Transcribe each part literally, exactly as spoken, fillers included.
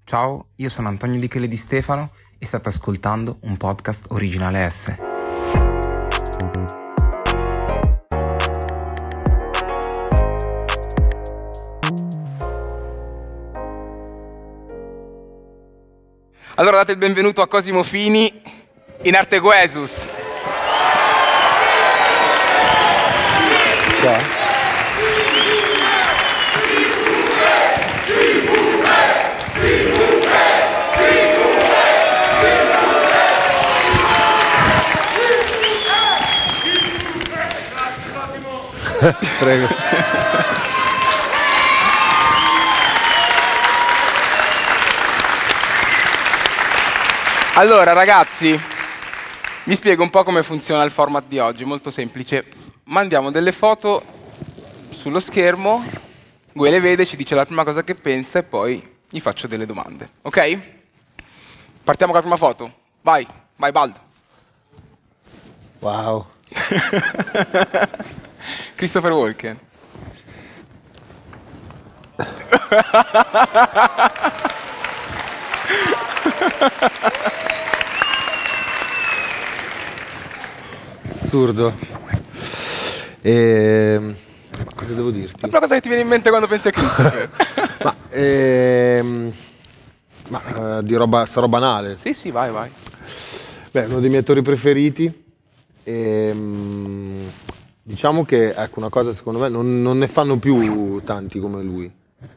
Ciao, io sono Antonio Di Chele Di Stefano e state ascoltando un podcast originale S. Allora date il benvenuto a Cosimo Fini in Arteguesus. Qua. Prego. Allora ragazzi, vi spiego un po' come funziona il format di oggi, molto semplice. Mandiamo delle foto sullo schermo, Gue le vede, ci dice la prima cosa che pensa e poi gli faccio delle domande, ok? Partiamo con la prima foto, vai, vai Baldo. Wow. Christopher Walken. Assurdo. E... cosa devo dirti? La prima cosa che ti viene in mente quando pensi a Christopher? Ma, ehm... Ma eh, di roba, sarò banale. Sì, sì, vai, vai. Beh, uno dei miei attori preferiti. E, diciamo che, ecco, una cosa secondo me, non, non ne fanno più tanti come lui.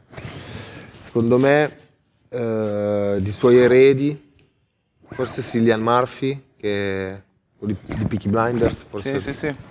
Secondo me, eh, di suoi eredi, forse Cillian Murphy, che o di, di Peaky Blinders, forse. Sì, sì, sì.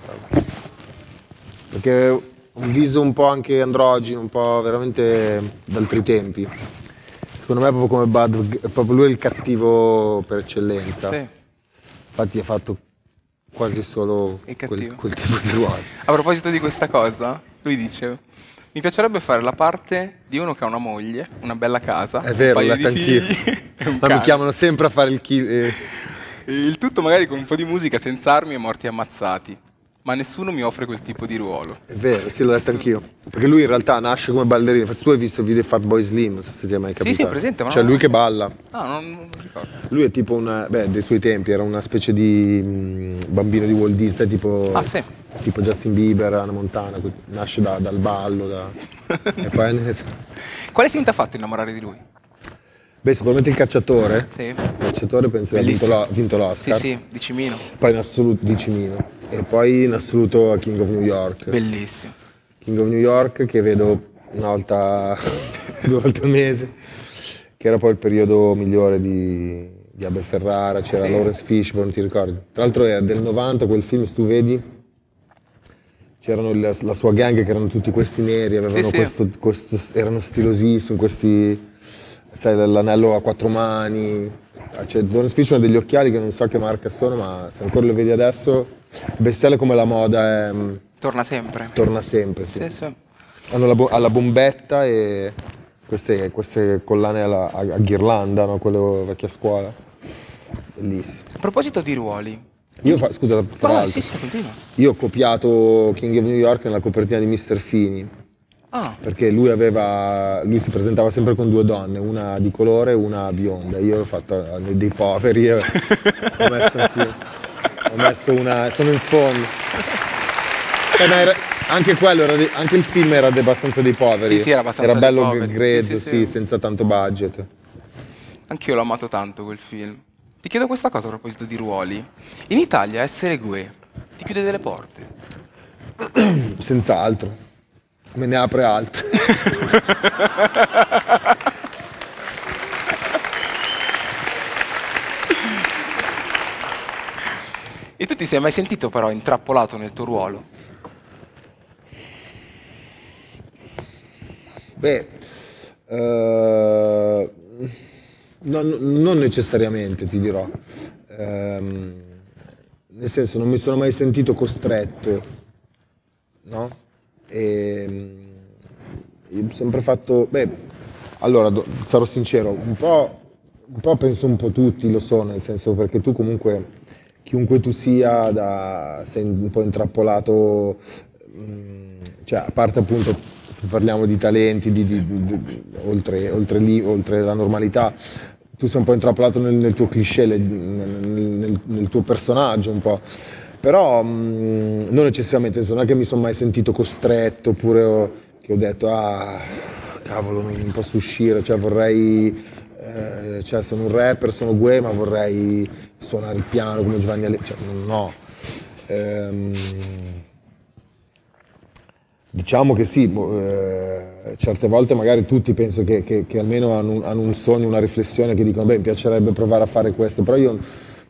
Perché ha un viso un po' anche androgino, un po' veramente d'altri tempi. Secondo me è proprio come Bud, è proprio lui è il cattivo per eccellenza. Sì. Infatti ha fatto quasi solo quel, quel tipo di ruolo. A proposito di questa cosa, lui dice: mi piacerebbe fare la parte di uno che ha una moglie, una bella casa, È vero, un l'ho paio letto di anch'io. figli e un Ma cane. mi chiamano sempre a fare il chi. Eh. Il tutto magari con un po' di musica, senza armi e morti ammazzati. Ma nessuno mi offre quel tipo di ruolo. È vero, sì, l'ho letto anch'io. Perché lui in realtà nasce come ballerino. Infatti tu hai visto il video di Fatboy Slim, non so se ti è mai capitato. Sì, sì, ho presente, ma Cioè no, lui no. che balla. Ah, non, non ricordo. Lui è tipo una, beh, dei suoi tempi, era una specie di mh, bambino di Walt Disney, tipo, Ah, sì. tipo Justin Bieber, Hannah Montana, nasce da- dal ballo, da... e poi... Quale film ti ha fatto innamorare di lui? Beh, sicuramente Il Cacciatore. Sì. Il Cacciatore penso che ha vinto, Bellissimo. l'O- vinto Sì, l'Oscar. sì, di Cimino. Poi in assoluto di Cimino. E poi in assoluto a King of New York. Bellissimo. King of New York che vedo una volta, due volte al mese, che era poi il periodo migliore di, di Abel Ferrara, c'era Sì. Lawrence Fishburne, non ti ricordi? Tra l'altro era del novanta quel film, se tu vedi, c'erano il- la sua gang che erano tutti questi neri, avevano Sì, sì. questo, questo, erano stilosissimi, questi, sai, l'anello a quattro mani. Cioè, Lawrence Fishburne ha degli occhiali che non so che marca sono, ma se ancora lo vedi adesso, bestiale come la moda è, Torna sempre. torna sempre. Sì. Sì, sì. Hanno la, bo- alla bombetta e queste, queste collane alla, a, a ghirlanda, no? Quello vecchia scuola. Bellissimo. A proposito di ruoli. Io fa- scusa, tra Vai, l'altro, sì, sì, continua. io ho copiato King of New York nella copertina di mister Fini, Ah, perché lui aveva, lui si presentava sempre con due donne, una di colore e una bionda. Io l'ho fatta nei- dei poveri, e ho messo anch'io. Ho messo una, sono in sfondo. Eh, ma era- anche quello, era di- anche il film era de- abbastanza dei poveri. Sì, sì, era abbastanza Era dei bello poveri. grezzo, Sì, sì, sì, sì. senza tanto budget. anch'io l'ho amato tanto quel film. Ti chiedo questa cosa a proposito di ruoli. In Italia essere Gue ti chiude delle porte. Senz'altro. Me ne apre altre. E tu ti sei mai sentito però intrappolato nel tuo ruolo? Beh, eh, non, non necessariamente, ti dirò. Ehm, nel senso, non mi sono mai sentito costretto, no? E, io ho sempre fatto, beh, allora do- sarò sincero, un po', un po' penso un po' tutti lo so, nel senso perché tu comunque, chiunque tu sia, da, sei un po' intrappolato, mh, cioè a parte appunto se parliamo di talenti, di, di, di, di, oltre, oltre, lì, oltre la normalità, tu sei un po' intrappolato nel, nel tuo cliché, nel, nel, nel tuo personaggio un po'. Però mh, non eccessivamente, non è che mi sono mai sentito costretto, oppure ho, che ho detto, ah, cavolo, non posso uscire, cioè vorrei, eh, cioè sono un rapper, sono Gue, ma vorrei suonare il piano come Giovanni Ale, cioè no. Ehm, diciamo che sì, eh, certe volte magari tutti penso che, che, che almeno hanno un, hanno un sogno, una riflessione, che dicono, beh, mi piacerebbe provare a fare questo, però io,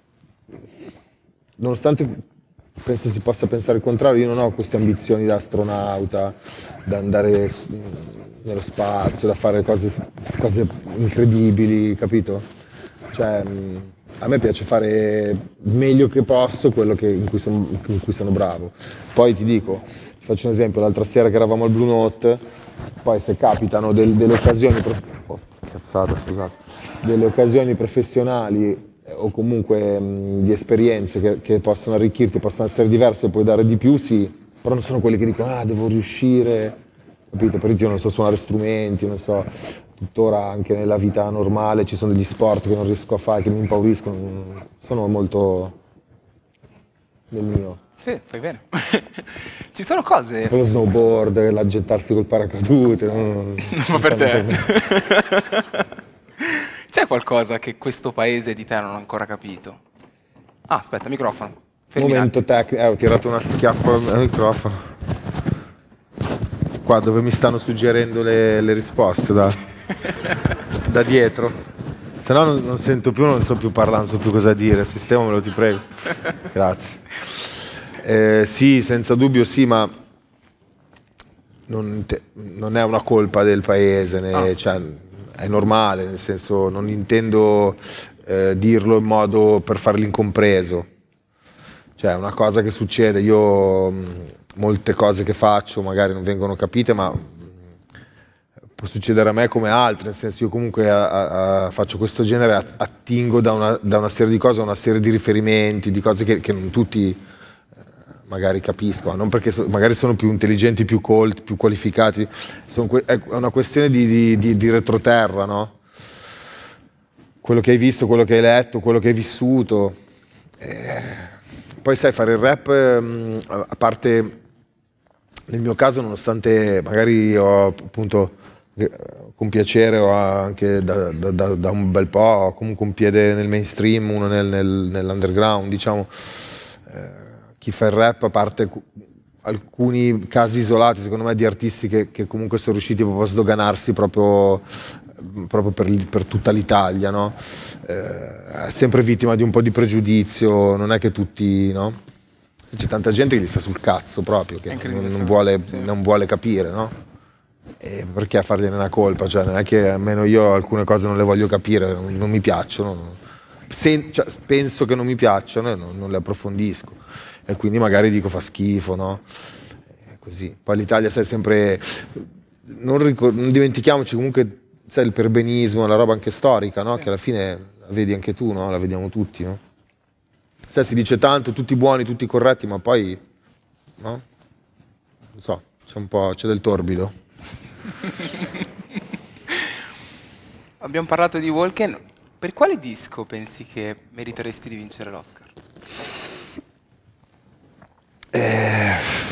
nonostante penso si possa pensare il contrario, io non ho queste ambizioni da astronauta, da andare nello spazio, da fare cose, cose incredibili, capito? Cioè, a me piace fare meglio che posso quello che, in, cui sono, in cui sono bravo. Poi ti dico, ti faccio un esempio, l'altra sera che eravamo al Blue Note, poi se capitano del, delle occasioni, prof... oh, cazzata, scusate, delle occasioni professionali o comunque mh, di esperienze che, che possono arricchirti, possono essere diverse e puoi dare di più, sì, però non sono quelli che dicono, ah, devo riuscire, capito? Per esempio io non so suonare strumenti, non so, tuttora anche nella vita normale ci sono degli sport che non riesco a fare, che mi impauriscono, sono molto del mio. Sì, fai bene. Ci sono cose... Tipo lo snowboard, l'aggettarsi col paracadute, non, non fa per te. Per C'è qualcosa che questo paese di te non ha ancora capito? Ah, aspetta, microfono. Fermi Momento un attimo. tecnico, eh, ho tirato una schiaffo al microfono. Qua dove mi stanno suggerendo le, le risposte, da, da dietro. Se no non, non sento più, non so più parlare, non so più cosa dire. Sistemamelo, ti prego. Grazie. Eh, sì, senza dubbio sì, ma non, te, non è una colpa del paese, né, Ah. cioè, è normale, nel senso non intendo eh, dirlo in modo per fare l'incompreso. Cioè è una cosa che succede, io mh, molte cose che faccio magari non vengono capite, ma mh, può succedere a me come a altri, nel senso io comunque a, a, faccio questo genere, attingo da una, da una serie di cose, una serie di riferimenti, di cose che, che non tutti eh, magari capiscono, non perché so, magari sono più intelligenti, più colti, più qualificati, sono, è una questione di, di, di, di retroterra, no? Quello che hai visto, quello che hai letto, quello che hai vissuto. Eh, Poi sai, fare il rap, a parte nel mio caso, nonostante magari ho appunto con piacere o anche da, da, da un bel po', ho comunque un piede nel mainstream, uno nel, nel, nell'underground, diciamo, eh, chi fa il rap, a parte alcuni casi isolati, secondo me, di artisti che, che comunque sono riusciti proprio a sdoganarsi proprio, proprio per, per tutta l'Italia, no? Eh, è sempre vittima di un po' di pregiudizio, non è che tutti, no? C'è tanta gente che gli sta sul cazzo proprio, che non, non, vuole, sì. non vuole capire, no? E perché fargliene una colpa? Cioè, non è che almeno io alcune cose non le voglio capire, non, non mi piacciono, Se, cioè, penso che non mi piacciono e non, non le approfondisco, e quindi magari dico fa schifo, no? È così. Poi l'Italia, sai, sempre, non, ricor- non dimentichiamoci comunque, sai, il perbenismo, la roba anche storica, no? Sì. Che alla fine la vedi anche tu, no? La vediamo tutti, no? Sai, si dice tanto, tutti buoni, tutti corretti, ma poi, no? Non so, c'è un po', c'è del torbido. Abbiamo parlato di Walken. Per quale disco pensi che meriteresti di vincere l'Oscar? Eh...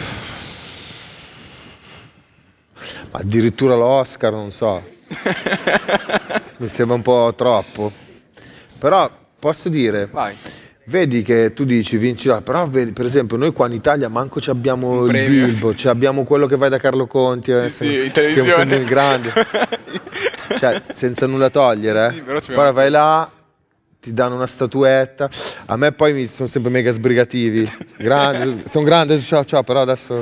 Addirittura l'Oscar, non so. Mi sembra un po' troppo. Però posso dire... Vai. Vedi che tu dici vinci, però per esempio noi qua in Italia manco ci abbiamo il Bilbo, ci abbiamo quello che vai da Carlo Conti, sì, eh, sì, in televisione, il grande, cioè senza nulla togliere, sì, eh. sì, Poi vai là, ti danno una statuetta, a me poi mi sono sempre mega sbrigativi, grande, sono grande, ciao ciao, però adesso,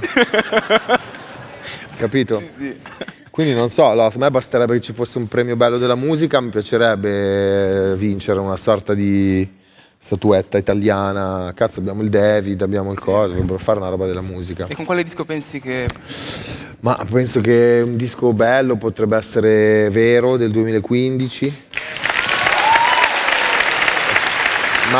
capito? Sì, sì. Quindi non so, allora, a me basterebbe che ci fosse un premio bello della musica, mi piacerebbe vincere una sorta di statuetta italiana, cazzo abbiamo il David, abbiamo il coso, dovrebbero fare una roba della musica. E con quale disco pensi che... Ma penso che un disco bello potrebbe essere Vero del duemilaquindici. Ma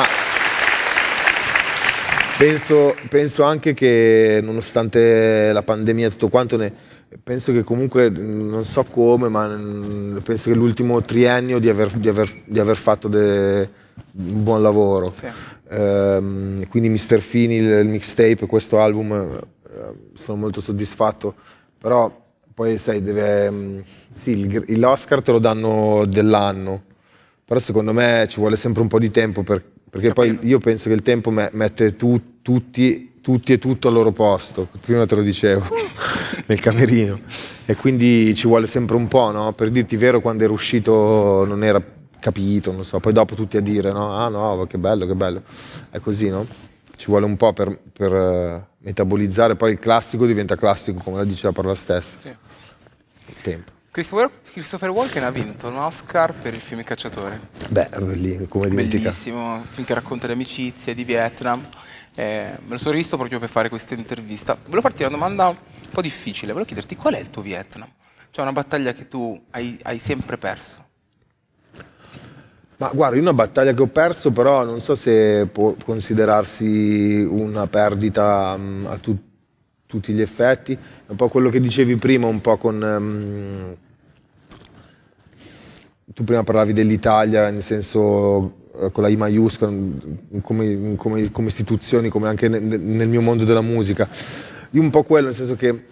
penso, penso anche che nonostante la pandemia e tutto quanto ne penso che comunque, non so come, ma penso che l'ultimo triennio di aver, di aver, di aver fatto de, un buon lavoro. Sì. Ehm, quindi mister Fini, il, il mixtape, questo album, eh, sono molto soddisfatto, però poi sai, deve, sì, il, l'Oscar te lo danno dell'anno, però secondo me ci vuole sempre un po' di tempo per, perché Capito. Poi io penso che il tempo me, mette tu, tutti tutti e tutto al loro posto, prima te lo dicevo, nel camerino, e quindi ci vuole sempre un po', no? Per dirti vero, quando era uscito non era capito, non so, poi dopo tutti a dire, no? Ah no, che bello, che bello, è così, no? Ci vuole un po' per, per uh, metabolizzare, poi il classico diventa classico, come la dice la parola stessa. Sì. Il tempo. Christopher, Christopher Walken ha vinto un Oscar per il film Il cacciatore. Beh, lì, come dimentica. Bellissimo, un film che racconta le amicizie di Vietnam. Eh, me lo sono rivisto proprio per fare questa intervista. Volevo farti una domanda un po' difficile, volevo chiederti qual è il tuo Vietnam? Cioè una battaglia che tu hai, hai sempre perso. Ma guarda, una battaglia che ho perso, però non so se può considerarsi una perdita um, a tu, tutti gli effetti. È un po' quello che dicevi prima, un po' con... Um, tu prima parlavi dell'Italia, nel senso... con la I maiuscola, come, come, come istituzioni, come anche nel, nel mio mondo della musica. Io un po' quello, nel senso che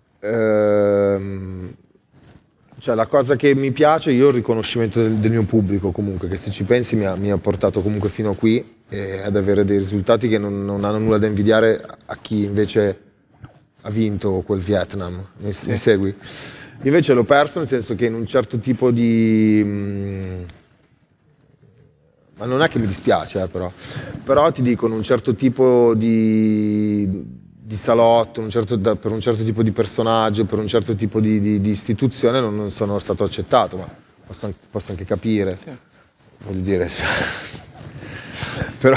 ehm, cioè la cosa che mi piace, io ho il riconoscimento del, del mio pubblico comunque, che se ci pensi mi ha, mi ha portato comunque fino a qui e ad avere dei risultati che non, non hanno nulla da invidiare a chi invece ha vinto quel Vietnam. Mi, sì. mi segui? Invece l'ho perso, nel senso che in un certo tipo di... Mh, ma non è che mi dispiace, eh, però. Però ti dico, in un certo tipo di, di salotto, un certo, per un certo tipo di personaggio, per un certo tipo di, di, di istituzione non, non sono stato accettato, ma posso, posso anche capire. Sì. Voglio dire, cioè. però...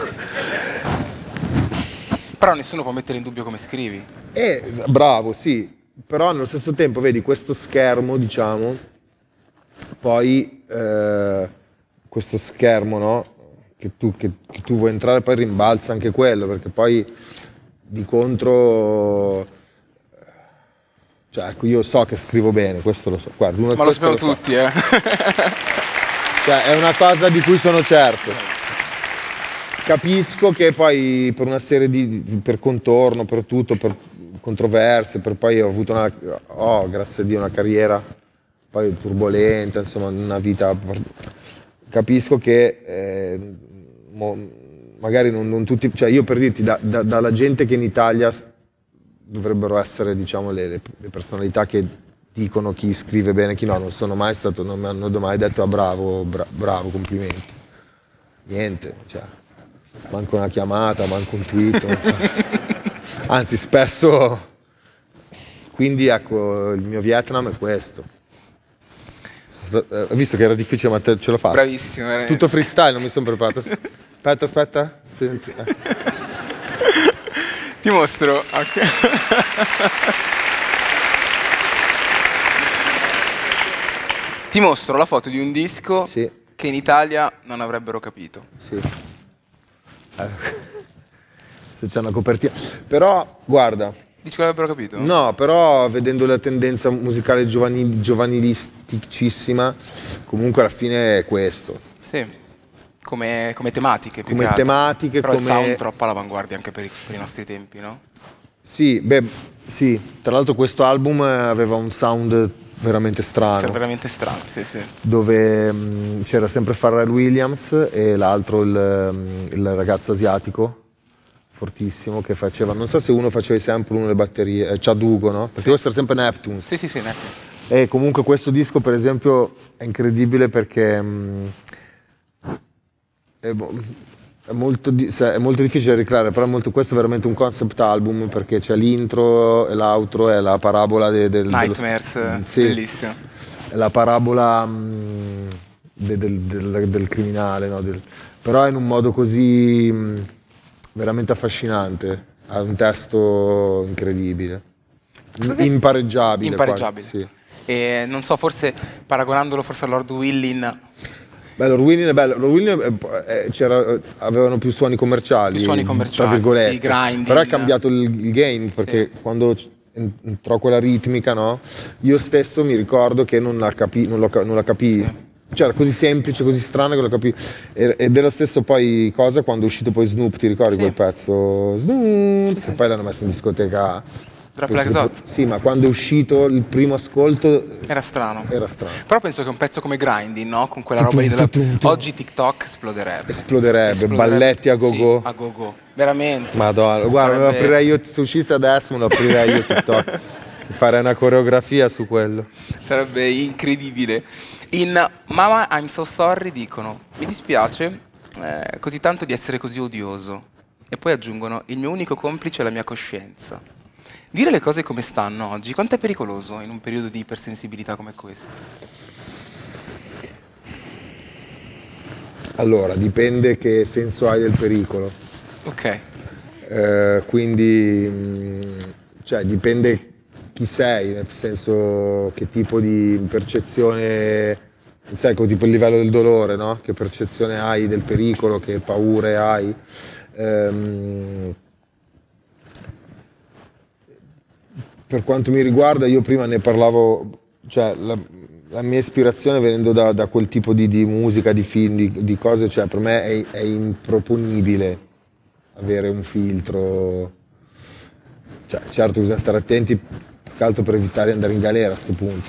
Però nessuno può mettere in dubbio come scrivi. Eh, bravo, sì. Però nello stesso tempo, vedi, questo schermo, diciamo, poi... Eh, questo schermo, no? Che tu, che, che tu vuoi entrare, poi rimbalza anche quello, perché poi di contro, cioè ecco, io so che scrivo bene, questo lo so. Guarda, uno ma lo sappiamo tutti, so. eh. Cioè è una cosa di cui sono certo. Capisco che poi per una serie di, di per contorno, per tutto, per controversie, per poi ho avuto una, oh, grazie a Dio, una carriera poi turbolenta, insomma, una vita. Capisco che eh, mo, magari non, non tutti, cioè io per dirti, da, da, dalla gente che in Italia dovrebbero essere, diciamo, le, le, le personalità che dicono chi scrive bene e chi no, non sono mai stato, non mi hanno mai detto ah, bravo, bra, bravo, complimenti. Niente, cioè, manco una chiamata, manco un tweet. Anzi, spesso, quindi ecco, il mio Vietnam è questo. Ho visto che era difficile, ma te ce l'ho fatta. Bravissimo. Veramente. Tutto freestyle, non mi sono preparato. Aspetta, aspetta. Senti. Eh. Ti mostro. Okay. Ti mostro la foto di un disco sì. che in Italia non avrebbero capito. Sì. Eh. Se c'è una copertina. Però, guarda. Dici che avrebbero capito? No, però vedendo la tendenza musicale giovanil, giovanilisticissima, comunque alla fine è questo. Sì, come, come tematiche più Come che tematiche, però come... Però il sound troppo all'avanguardia anche per i, per i nostri tempi, no? Sì, beh, sì. Tra l'altro questo album aveva un sound veramente strano. Veramente strano, sì, sì. Dove mh, c'era sempre Pharrell Williams e l'altro il, il ragazzo asiatico. Fortissimo, che faceva, non so se uno faceva i sample, uno le batterie, eh, Chad Hugo, no? Perché sì. Questo era sempre Neptunes. Sì, sì, sì, Neptunes. E comunque questo disco, per esempio, è incredibile perché mh, è, è, molto di, è molto difficile da ricreare, però è molto, questo è veramente un concept album, perché c'è l'intro e l'outro, è la parabola de, de, Nightmares, dello, sì, bellissimo. È la parabola mh, de, del, del, del criminale, no? Del, però è in un modo così... Mh, veramente affascinante, ha un testo incredibile, impareggiabile. Impareggiabile. Quasi, sì. E non so, forse paragonandolo forse a Lord Willin. Beh, Lord Willin è bello, Lord Willin eh, c'era, avevano più suoni commerciali, più suoni commerciali, tra virgolette, grinding. Però è cambiato il, il game, perché sì. quando entrò quella ritmica, no? Io stesso mi ricordo che non la capì, non, lo, non la capii. Sì. Cioè era così semplice, così strano che lo capì. Ed è lo stesso poi cosa quando è uscito poi Snoop, ti ricordi sì. quel pezzo? Snoop, sì. E poi l'hanno messo in discoteca. Sì, ma quando è uscito il primo ascolto era strano. Era strano. Però penso che un pezzo come Grinding, no? Con quella roba lì della... Oggi TikTok esploderebbe. Esploderebbe, esploderebbe. Balletti a go-go. Sì, a go-go. Veramente. Madonna, guarda, Sarebbe... me lo aprirei io, se uscisse adesso me lo aprirei io TikTok. Fare una coreografia su quello. Sarebbe incredibile. In Mama I'm So Sorry dicono: mi dispiace eh, così tanto di essere così odioso. E poi aggiungono: il mio unico complice è la mia coscienza. Dire le cose come stanno oggi, quanto è pericoloso in un periodo di ipersensibilità come questo? Allora, dipende che senso hai del pericolo. Ok. Eh, quindi, cioè, dipende chi sei, nel senso che tipo di percezione, sai, tipo il livello del dolore, no? Che percezione hai del pericolo, che paure hai. Ehm, Per quanto mi riguarda, io prima ne parlavo, cioè la, la mia ispirazione venendo da, da quel tipo di, di musica, di film, di, di cose, cioè per me è, è improponibile avere un filtro. Cioè, certo bisogna stare attenti, più che altro per evitare di andare in galera a sto punto.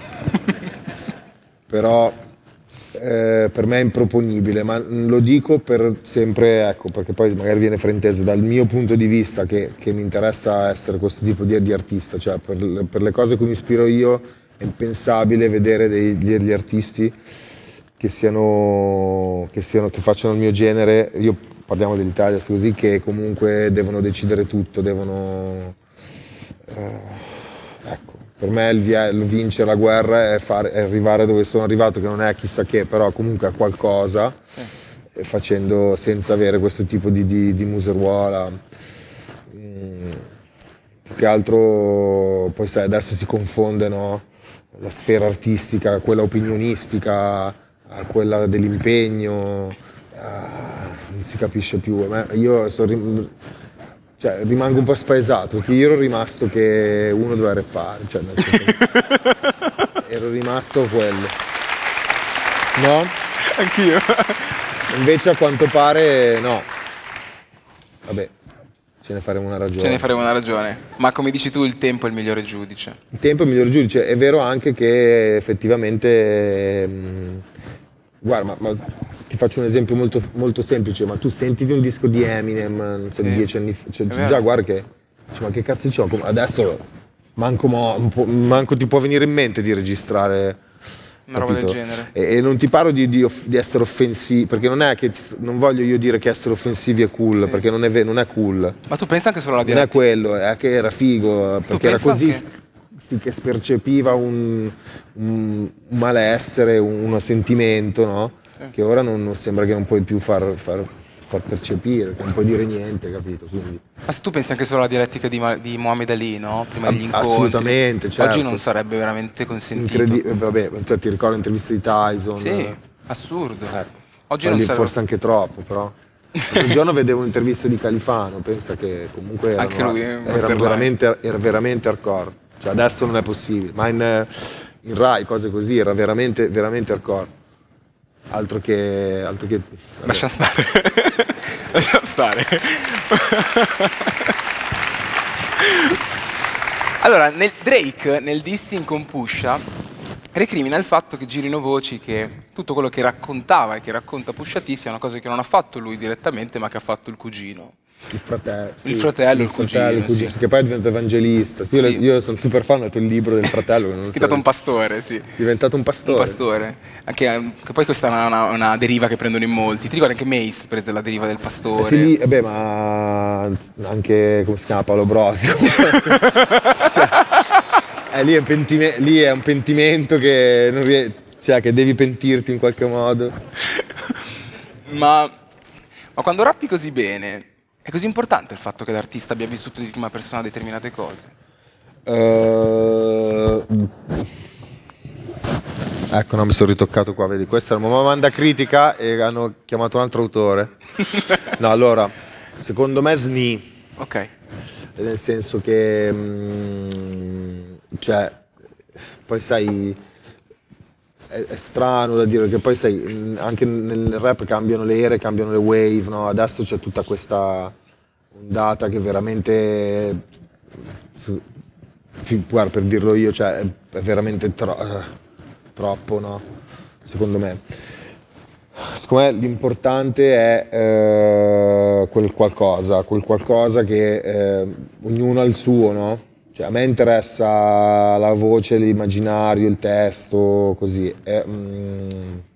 Però eh, per me è improponibile, ma lo dico per sempre, ecco, perché poi magari viene frainteso dal mio punto di vista che, che mi interessa essere questo tipo di, di artista, cioè per, per le cose a cui mi ispiro io è impensabile vedere dei, degli artisti che siano, che siano, che facciano il mio genere, io parliamo dell'Italia così, che comunque devono decidere tutto, devono eh, ecco. Per me il, via- il vincere la guerra è, fare, è arrivare dove sono arrivato, che non è chissà che, però comunque a qualcosa, eh. facendo senza avere questo tipo di, di, di museruola. Mm, più che altro, poi sai, adesso si confonde, no? La sfera artistica, quella opinionistica, a quella dell'impegno, ah, non si capisce più. Io sono rim- Cioè, rimango un po' spaesato, perché io ero rimasto che uno doveva rappare, cioè nel senso ero rimasto quello. No? Anch'io. Invece a quanto pare no. Vabbè, ce ne faremo una ragione. Ce ne faremo una ragione. Ma come dici tu, il tempo è il migliore giudice. Il tempo è il migliore giudice. È vero anche che effettivamente... Mh, guarda, ma... ma ti faccio un esempio molto, molto semplice, ma tu sentiti un disco di Eminem, non so, di sì. dieci anni fa, cioè, già guarda che, cioè, ma che cazzo c'ho? Adesso manco, mo, manco ti può venire in mente di registrare una roba del genere. E, e non ti parlo di, di, di essere offensivi, perché non è che ti, non voglio io dire che essere offensivi è cool, sì. perché non è, non è cool. Ma tu pensa anche solo alla dialettica? Non è quello, è che era figo, perché era così anche... sì, che spercepiva un, un, un malessere, un, un sentimento, no? Che ora non, non sembra che non puoi più far, far, far percepire, che non puoi dire niente, capito? Quindi... Ma se tu pensi anche solo alla dialettica di, di Muhammad Ali, no? Prima degli incontri. Assolutamente, certo. Oggi non sarebbe veramente consentito. Incredi- vabbè, ti ricordo l'intervista di Tyson? Sì, assurdo. Ecco. Oggi non sarebbe... Forse anche troppo, però. Un giorno vedevo un'intervista di Califano, pensa che comunque erano, anche lui, era, veramente, era veramente hardcore. Cioè adesso non è possibile, ma in, in Rai, cose così, era veramente, veramente hardcore. Altro che... Altro che lascia stare. Lascia stare. Allora, nel Drake, nel dissing con Pusha, recrimina il fatto che girino voci che tutto quello che raccontava e che racconta Pusha T sia una cosa che non ha fatto lui direttamente, ma che ha fatto il cugino. Il fratello, sì, il fratello, il, il fratello, cugino, il cugino sì. Che poi è diventato evangelista. Sì, io, sì. io sono super fan, ho letto il libro del fratello. Che non è diventato un pastore, sì. È diventato un pastore. Un pastore. Anche, che poi questa è una, una, una deriva che prendono in molti. Ti ricordi anche Mace prese la deriva del pastore? Eh sì, lì, eh beh, ma anche, come si chiama, Paolo Brosio. eh, lì, è pentime- lì è un pentimento che, non ries- cioè, che devi pentirti in qualche modo. ma, ma quando rappi così bene... È così importante il fatto che l'artista abbia vissuto di prima persona determinate cose? Uh, ecco, no, mi sono ritoccato qua, vedi, questa è una domanda critica e hanno chiamato un altro autore. No, allora, secondo me S N I. Ok. Nel senso che... Mm, cioè, poi sai, è, è strano da dire, che poi sai, anche nel rap cambiano le ere, cambiano le wave, no? Adesso c'è tutta questa ondata che veramente, su, guarda, per dirlo io, cioè, è, è veramente tro, troppo, no? Secondo me. Secondo me l'importante è eh, quel qualcosa, quel qualcosa che eh, ognuno ha il suo, no? Cioè, a me interessa la voce, l'immaginario, il testo, così. È, mm,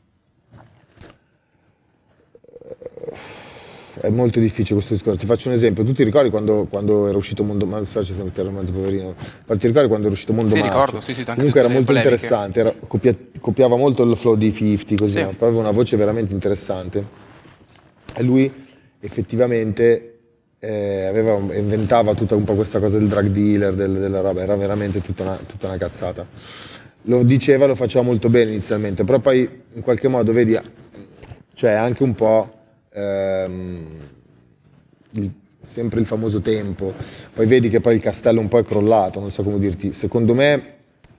è molto difficile questo discorso. Ti faccio un esempio. Tu ti ricordi quando, quando era uscito Mondo Marcio? Mi spiace sentire romanzo poverino. Ma ti ricordi quando era uscito Mondo Sì, Marcio? ricordo, sì, sì, anche Comunque era tutte le molto polemiche. interessante, era, copia, copiava molto il flow di cinquanta, così, Sì. no? Però aveva una voce veramente interessante. E lui effettivamente eh, aveva, inventava tutta un po' questa cosa del drug dealer, del, della roba, era veramente tutta una, tutta una cazzata. Lo diceva, lo faceva molto bene inizialmente, però poi in qualche modo vedi, cioè anche un po' ehm, il, sempre il famoso tempo, poi vedi che poi il castello un po' è crollato, non so come dirti, secondo me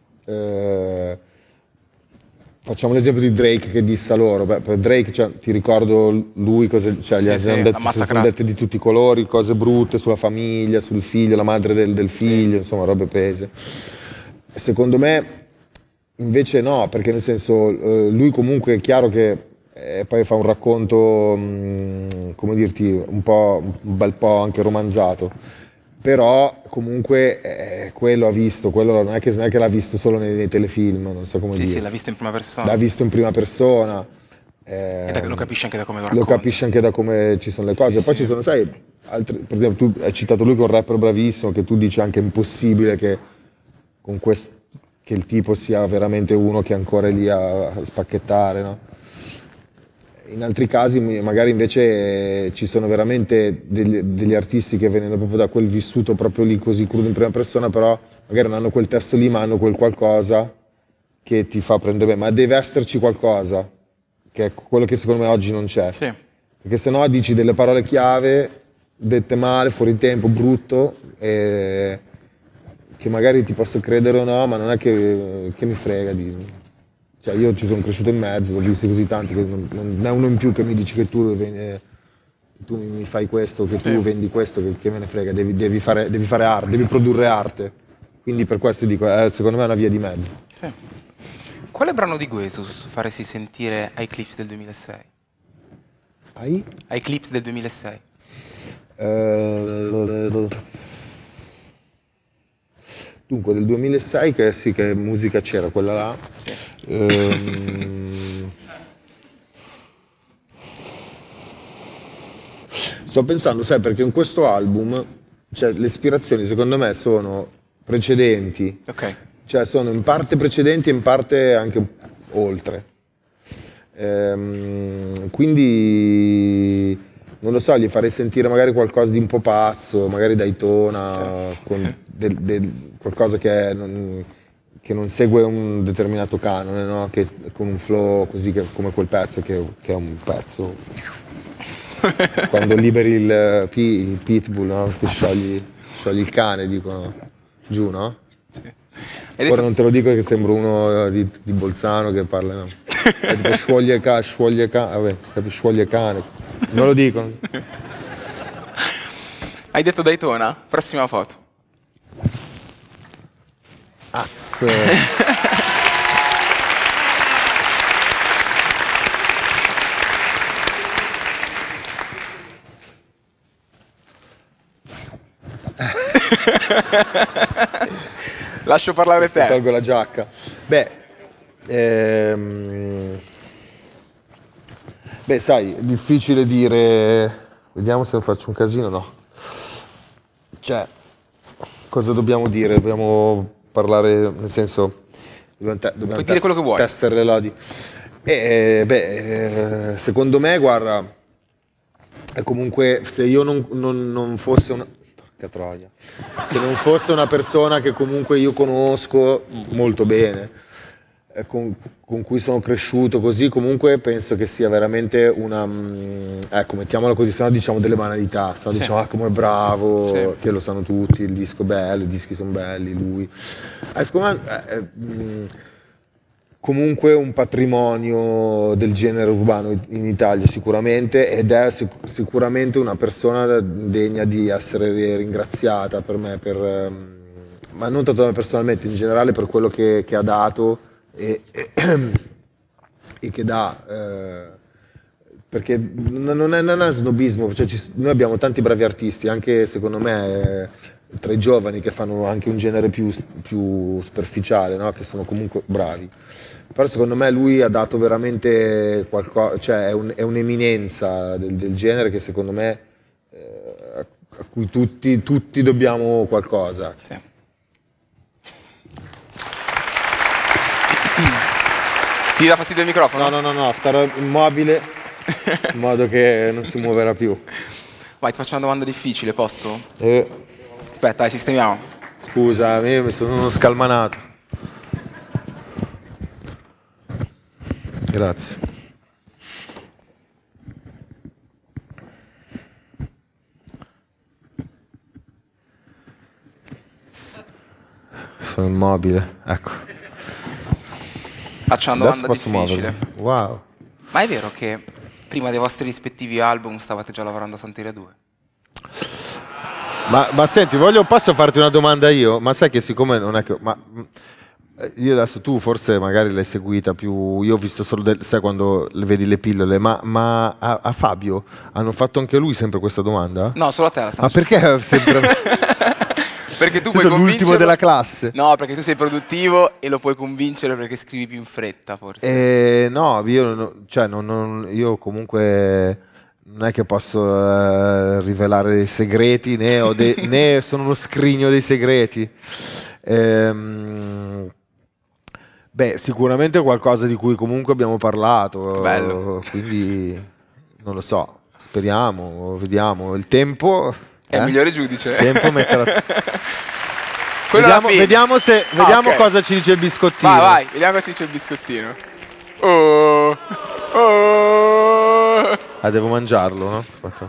eh, facciamo l'esempio di Drake che dissa loro. Beh, per Drake, cioè, ti ricordo lui, cose, cioè, gli Sì, hanno sì, detto, ha si sono dette di tutti i colori, cose brutte sulla famiglia, sul figlio, la madre del, del figlio, sì. Insomma, robe pese. Secondo me invece no, perché nel senso lui comunque è chiaro che eh, poi fa un racconto, mh, come dirti, un po', un bel po' anche romanzato. Però comunque eh, quello ha visto, quello non è che, non è che l'ha visto solo nei, nei telefilm, non so come sì, dire. Sì, l'ha visto in prima persona. L'ha visto in prima persona. Eh, e da, lo capisce anche da come lo racconta. Lo capisce anche da come ci sono le cose. Sì, poi sì. Ci sono, sai, altri, per esempio tu hai citato lui che è un rapper bravissimo, che tu dici anche impossibile che con questo, che il tipo sia veramente uno che è ancora lì a, a spacchettare, no? In altri casi magari invece ci sono veramente degli, degli artisti che vengono proprio da quel vissuto proprio lì così crudo in prima persona, però magari non hanno quel testo lì ma hanno quel qualcosa che ti fa prendere bene, ma deve esserci qualcosa, che è quello che secondo me oggi non c'è. Sì. Perché se no dici delle parole chiave, dette male, fuori tempo, brutto, e che magari ti posso credere o no, ma non è che, che mi frega di... Cioè io ci sono cresciuto in mezzo, ho visto così tanti che non, non è uno in più che mi dici che tu, eh, tu mi fai questo, che tu sì. vendi questo, che, che me ne frega, devi, devi, fare, devi fare arte, devi produrre arte. Quindi per questo dico, eh, secondo me è una via di mezzo. Sì. Quale brano di Guesus faresti sentire ai Clips del duemilasei? Ai? Ai Clips del duemilasei. Uh, Dunque, del duemilasei, che sì, che musica c'era, quella là. Sì. Ehm, sto pensando, sai, perché in questo album, cioè, le ispirazioni secondo me sono precedenti. Ok. Cioè, sono in parte precedenti e in parte anche oltre. Ehm, quindi... non lo so, gli farei sentire magari qualcosa di un po' pazzo, magari Daytona, certo. Con del, del, qualcosa che, è, non, che non segue un determinato canone, no? Che, con un flow così che, come quel pezzo che, che è un pezzo. Quando liberi il, il pitbull, no? Che sciogli, sciogli il cane, dicono, giù, no? Sì. Ora detto... non te lo dico che sembro uno di, di Bolzano che parla, no? È tipo scioglie cane, scioglie cane, vabbè, scioglie cane. Non lo dicono. Hai detto Daytona? Prossima foto. Az. Lascio parlare te. Tolgo la giacca. Beh, ehm... Beh, sai, è difficile dire, vediamo se non faccio un casino, no. Cioè, cosa dobbiamo dire? Dobbiamo parlare, nel senso, dobbiamo, te- dobbiamo Puoi dire quello che vuoi. Testare le lodi. E, beh, secondo me, guarda, è comunque, se io non, non, non fosse una... Porca troia. Se non fosse una persona che comunque io conosco molto bene, eh, con, con cui sono cresciuto così, comunque penso che sia veramente una, mh, ecco, mettiamola così, se no diciamo delle banalità, se no Sì. diciamo ah come è bravo, Sì. che lo sanno tutti, il disco è bello, i dischi sono belli, lui. Eh, secondo me, eh, mh, comunque un patrimonio del genere urbano in Italia sicuramente, ed è sic- sicuramente una persona degna di essere ringraziata per me, per, ehm, ma non tanto me personalmente, in generale per quello che, che ha dato e, e, e che dà, eh, perché non non è, non è snobismo, cioè ci- noi abbiamo tanti bravi artisti, anche secondo me eh, tra i giovani che fanno anche un genere più, più superficiale, no? Che sono comunque bravi. Però secondo me lui ha dato veramente qualcosa, cioè è, un- è un'eminenza del, del genere che secondo me eh, a cui tutti, tutti dobbiamo qualcosa. Sì. Ti dà fastidio il microfono? No, no, no, no, starò immobile in modo che non si muoverà più. Vai, ti faccio una domanda difficile, posso? Eh, Aspetta, dai, sistemiamo. scusa, io mi sono scalmanato. Grazie. Sono immobile, ecco. Faccio una Adesso domanda posso difficile. muovermi. Wow. Ma è vero che prima dei vostri rispettivi album stavate già lavorando a Santeria due? Ma, ma senti, voglio, posso farti una domanda io? Ma sai che siccome non è che... Ma, eh, io adesso tu forse magari l'hai seguita più... Io ho visto solo, del, sai quando le vedi le pillole, ma, ma a, a Fabio hanno fatto anche lui sempre questa domanda? No, solo a te la stanno Ma perché sempre... Perché tu Tu puoi sei l'ultimo convincerlo- della classe. No, perché tu sei produttivo e lo puoi convincere perché scrivi più in fretta, forse. Eh, no, io, non- cioè, non- non- io comunque non è che posso eh, rivelare dei segreti, né, ho dei- né sono uno scrigno dei segreti. Ehm, beh, sicuramente è qualcosa di cui comunque abbiamo parlato, Bello. quindi non lo so, speriamo, vediamo. Il tempo... È il eh? migliore giudice. Il tempo metterà... Quello alla Vediamo, fine. vediamo, se, Ah, vediamo ok. cosa ci dice il biscottino. Vai, vai, vediamo cosa ci dice il biscottino. Oh, oh. Ah, devo mangiarlo, no? Aspetta.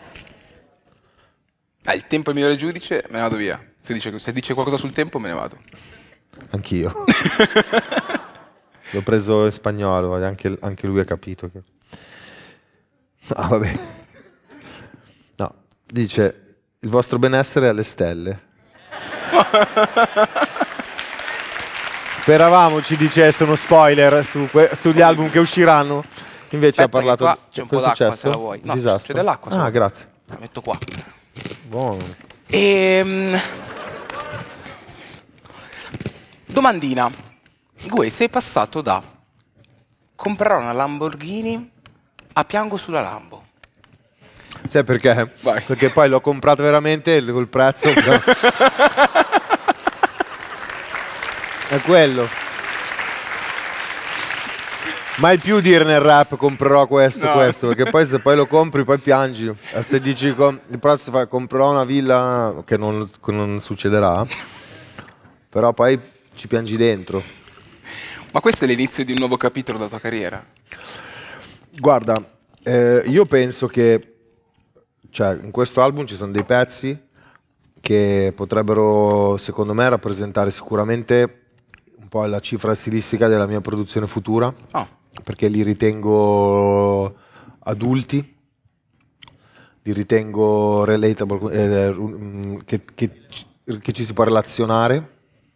Ah, il tempo è il migliore giudice, me ne vado via. Se dice, se dice qualcosa sul tempo, me ne vado. Anch'io. L'ho preso in spagnolo, anche, anche lui ha capito che... Ah, vabbè. No, dice, il vostro benessere è alle stelle. Speravamo ci dicesse uno spoiler su que- sugli album che usciranno. Invece Aspetta, ha parlato... che qua c'è un po' Cosa è d'acqua, successo? se la vuoi. No, Disastro. c'è dell'acqua Ah, sopra. grazie. La metto qua. Buono. Ehm... Domandina. Gue, sei passato da comprare una Lamborghini a piango sulla Lambo. Sai perché? Vai. Perché poi l'ho comprato veramente col prezzo. È quello. Mai più dire nel rap comprerò questo, No. questo, perché poi se poi lo compri poi piangi. E se dici com- il prossimo fai, comprerò una villa, che non, che non succederà, però poi ci piangi dentro. Ma questo è l'inizio di un nuovo capitolo della tua carriera? Guarda, eh, io penso che cioè, in questo album ci sono dei pezzi che potrebbero, secondo me, rappresentare sicuramente un po' la cifra stilistica della mia produzione futura, Oh, perché li ritengo adulti, li ritengo relatable, eh, mm, che, che ci- che ci si può relazionare.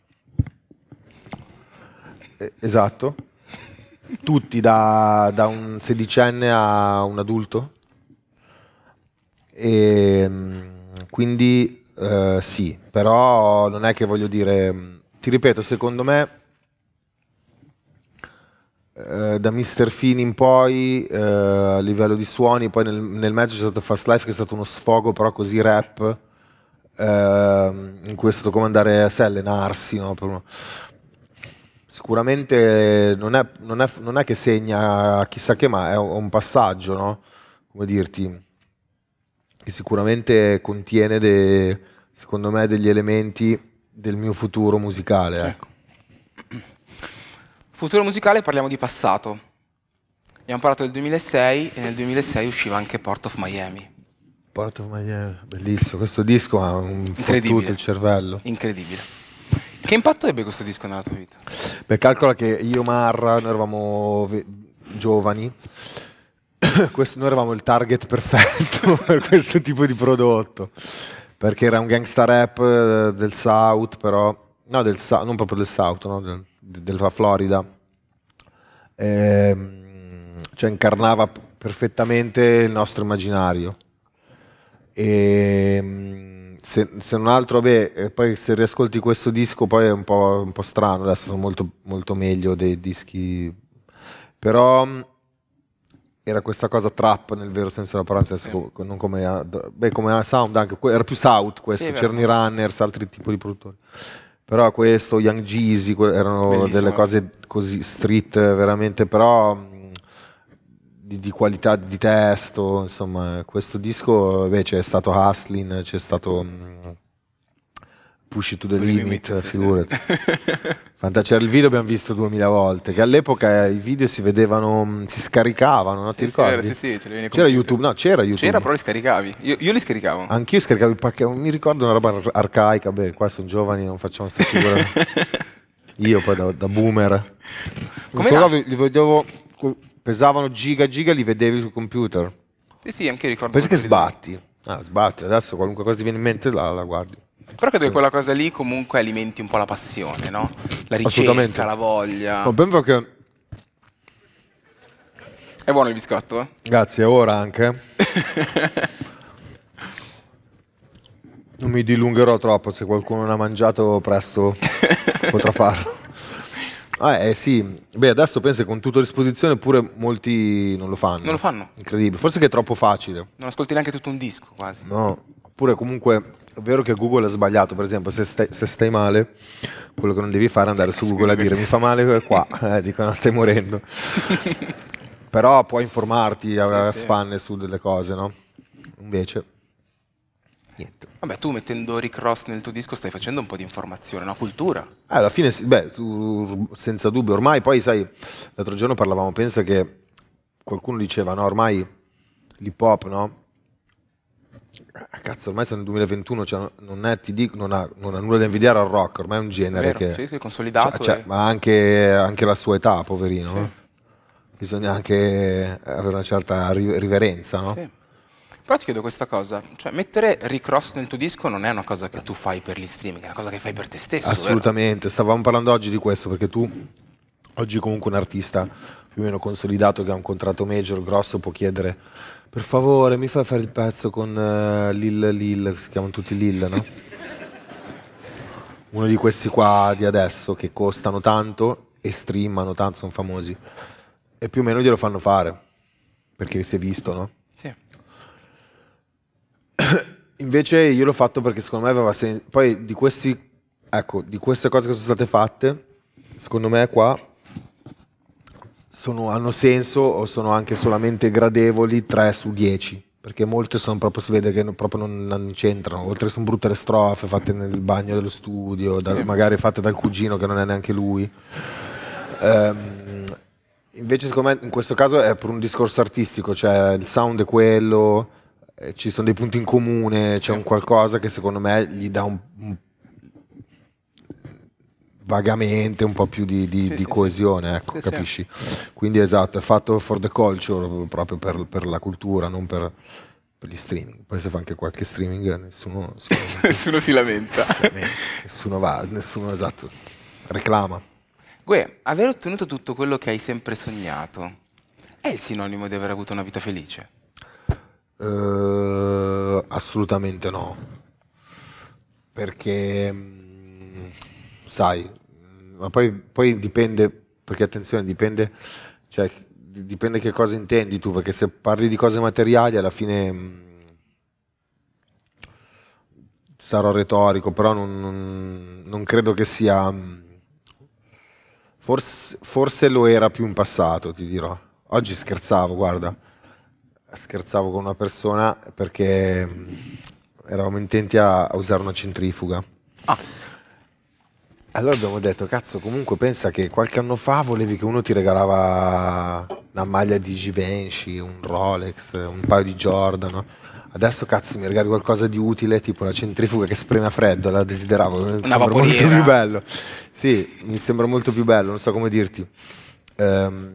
Eh, Esatto. Tutti, da, da un sedicenne a un adulto. E, mm, quindi eh, sì, però non è che voglio dire, mm, ti ripeto, secondo me eh, da mister Fini in poi, eh, a livello di suoni, poi nel, nel mezzo c'è stato Fast Life che è stato uno sfogo però così rap, ehm, in cui è stato come andare a sé, allenarsi, no? Per uno- Sicuramente non è, non, è, non è che segna chissà che, ma è un, un passaggio, no? Come dirti, che sicuramente contiene, de- secondo me, degli elementi del mio futuro musicale. Sì. Ecco. Futuro musicale, parliamo di passato. Abbiamo parlato del duemilasei e nel duemilasei usciva anche Port of Miami. Port of Miami, bellissimo, questo disco ha un Incredibile. fottuto il cervello. Incredibile. Che impatto ebbe questo disco nella tua vita? Beh, calcola che io e Marra, noi eravamo ve- giovani, questo, noi eravamo il target perfetto per questo tipo di prodotto, perché era un gangsta rap eh, del South, però, no, del, Sa- non proprio del South, no, del- della Florida, Ehm, cioè incarnava p- perfettamente il nostro immaginario. E se, se non altro, beh, e poi se riascolti questo disco poi è un po', un po' strano, adesso sono molto, molto meglio dei dischi, però mh, era questa cosa trap nel vero senso della parola, nel senso co- non come a, beh, come a Sound anche, que- era più South questo, Sì, è vero. c'erano i Runners, altri tipi di produttori. Però questo, Young Jeezy, que- erano Bellissimo. delle cose così street veramente, però mh, di, di qualità di testo, insomma, questo disco invece è stato Hustlin', c'è stato mh, Push It to the Push It Limit, Limit, sì, figurati. sì. Fanta- c'era il video, abbiamo visto duemila volte, che all'epoca i video si vedevano, mh, si scaricavano, no? Ti Sì, sì, ricordi? vero, sì, sì, ce li viene C'era computer. YouTube, no, c'era YouTube. C'era, però li scaricavi. Io, io li scaricavo. Anch'io scaricavo i pacchetti, mi ricordo una roba ar- arcaica, beh, qua sono giovani, non facciamo sta figura. Io poi da, da boomer. Come Ancora nasce? li vedevo, pesavano giga giga, li vedevi sul computer. Sì, sì, anche io ricordo. Pensi che quelli lì. sbatti? Ah, sbatti, adesso qualunque cosa ti viene in mente la, la guardi. Però credo che quella cosa lì comunque alimenti un po' la passione, no? La Assolutamente. ricerca, la voglia. No, penso che, È buono il biscotto, eh? grazie, ora anche, non mi dilungherò troppo, se qualcuno non ha mangiato presto potrà farlo. Ah, eh sì, beh, adesso penso che con tutto a disposizione pure molti non lo fanno. Non lo fanno. Incredibile, forse che è troppo facile. Non ascolti neanche tutto un disco, quasi. No, oppure comunque è vero che Google ha sbagliato, per esempio se stai, se stai male, quello che non devi fare è andare su Google a dire mi fa male qua, eh, dicono stai morendo. Però puoi informarti a, a Sì, sì. spanne su delle cose, no? Invece, niente. Vabbè, tu mettendo Rick Ross nel tuo disco stai facendo un po' di informazione, no? Cultura. Eh, alla fine, sì, beh, tu- senza dubbio, ormai poi sai, l'altro giorno parlavamo, pensa che qualcuno diceva, no, ormai l'hip hop, no? Ah, cazzo, ormai siamo nel duemilaventuno, cioè non, è, ti dico, non, ha, non ha nulla da invidiare al rock, ormai è un genere Vero, che... sì, che è consolidato. cioè, e- ma anche, anche la sua età, poverino. no? Bisogna anche avere una certa ri- riverenza, no? Sì. Però ti chiedo questa cosa, cioè mettere Rick Ross nel tuo disco non è una cosa che tu fai per gli streaming, è una cosa che fai per te stesso, vero? Assolutamente, stavamo parlando oggi di questo, perché tu, oggi comunque un artista più o meno consolidato che ha un contratto major grosso può chiedere per favore mi fai fare il pezzo con uh, Lil Lil, si chiamano tutti Lil, no? Uno di questi qua di adesso che costano tanto e streamano tanto, sono famosi. E più o meno glielo fanno fare, perché si è visto, no? Sì. Invece io l'ho fatto perché secondo me aveva senso. Poi di questi, ecco, di queste cose che sono state fatte, secondo me qua sono, hanno senso o sono anche solamente gradevoli tre su dieci. Perché molte sono proprio, si vede che non- proprio non, non c'entrano. Oltre che sono brutte le strofe fatte nel bagno dello studio, da- Sì. magari fatte dal cugino che non è neanche lui. Ehm, invece secondo me in questo caso è per un discorso artistico, cioè il sound è quello, eh, ci sono dei punti in comune, c'è un qualcosa che secondo me gli dà un, un- vagamente un po' più di, di- Sì, di sì, coesione, ecco, Sì, sì. capisci? Quindi esatto, è fatto for the culture, proprio per, per la cultura, non per, per gli streaming. Poi se fa anche qualche streaming nessuno, sicuramente- Nessuno si lamenta. nessuno va, nessuno esatto, reclama. Gue, aver ottenuto tutto quello che hai sempre sognato è il sinonimo di aver avuto una vita felice? Eh, assolutamente no, perché mh, sai, mh, ma poi, poi dipende, perché attenzione, dipende, cioè, di- dipende che cosa intendi tu, perché se parli di cose materiali alla fine mh, sarò retorico, però non, non- non credo che sia, mh, forse, forse lo era più in passato, ti dirò. Oggi scherzavo, guarda. Scherzavo con una persona perché mh, eravamo intenti a, a usare una centrifuga. Ah. Allora abbiamo detto, cazzo, comunque pensa che qualche anno fa volevi che uno ti regalava una maglia di Givenchy, un Rolex, un paio di Jordan, no? Adesso cazzo mi regali qualcosa di utile, tipo la centrifuga che spreme a freddo, la desideravo, mi Una sembra molto vaporiera. più bello. Sì, mi sembra molto più bello, non so come dirti. Ehm,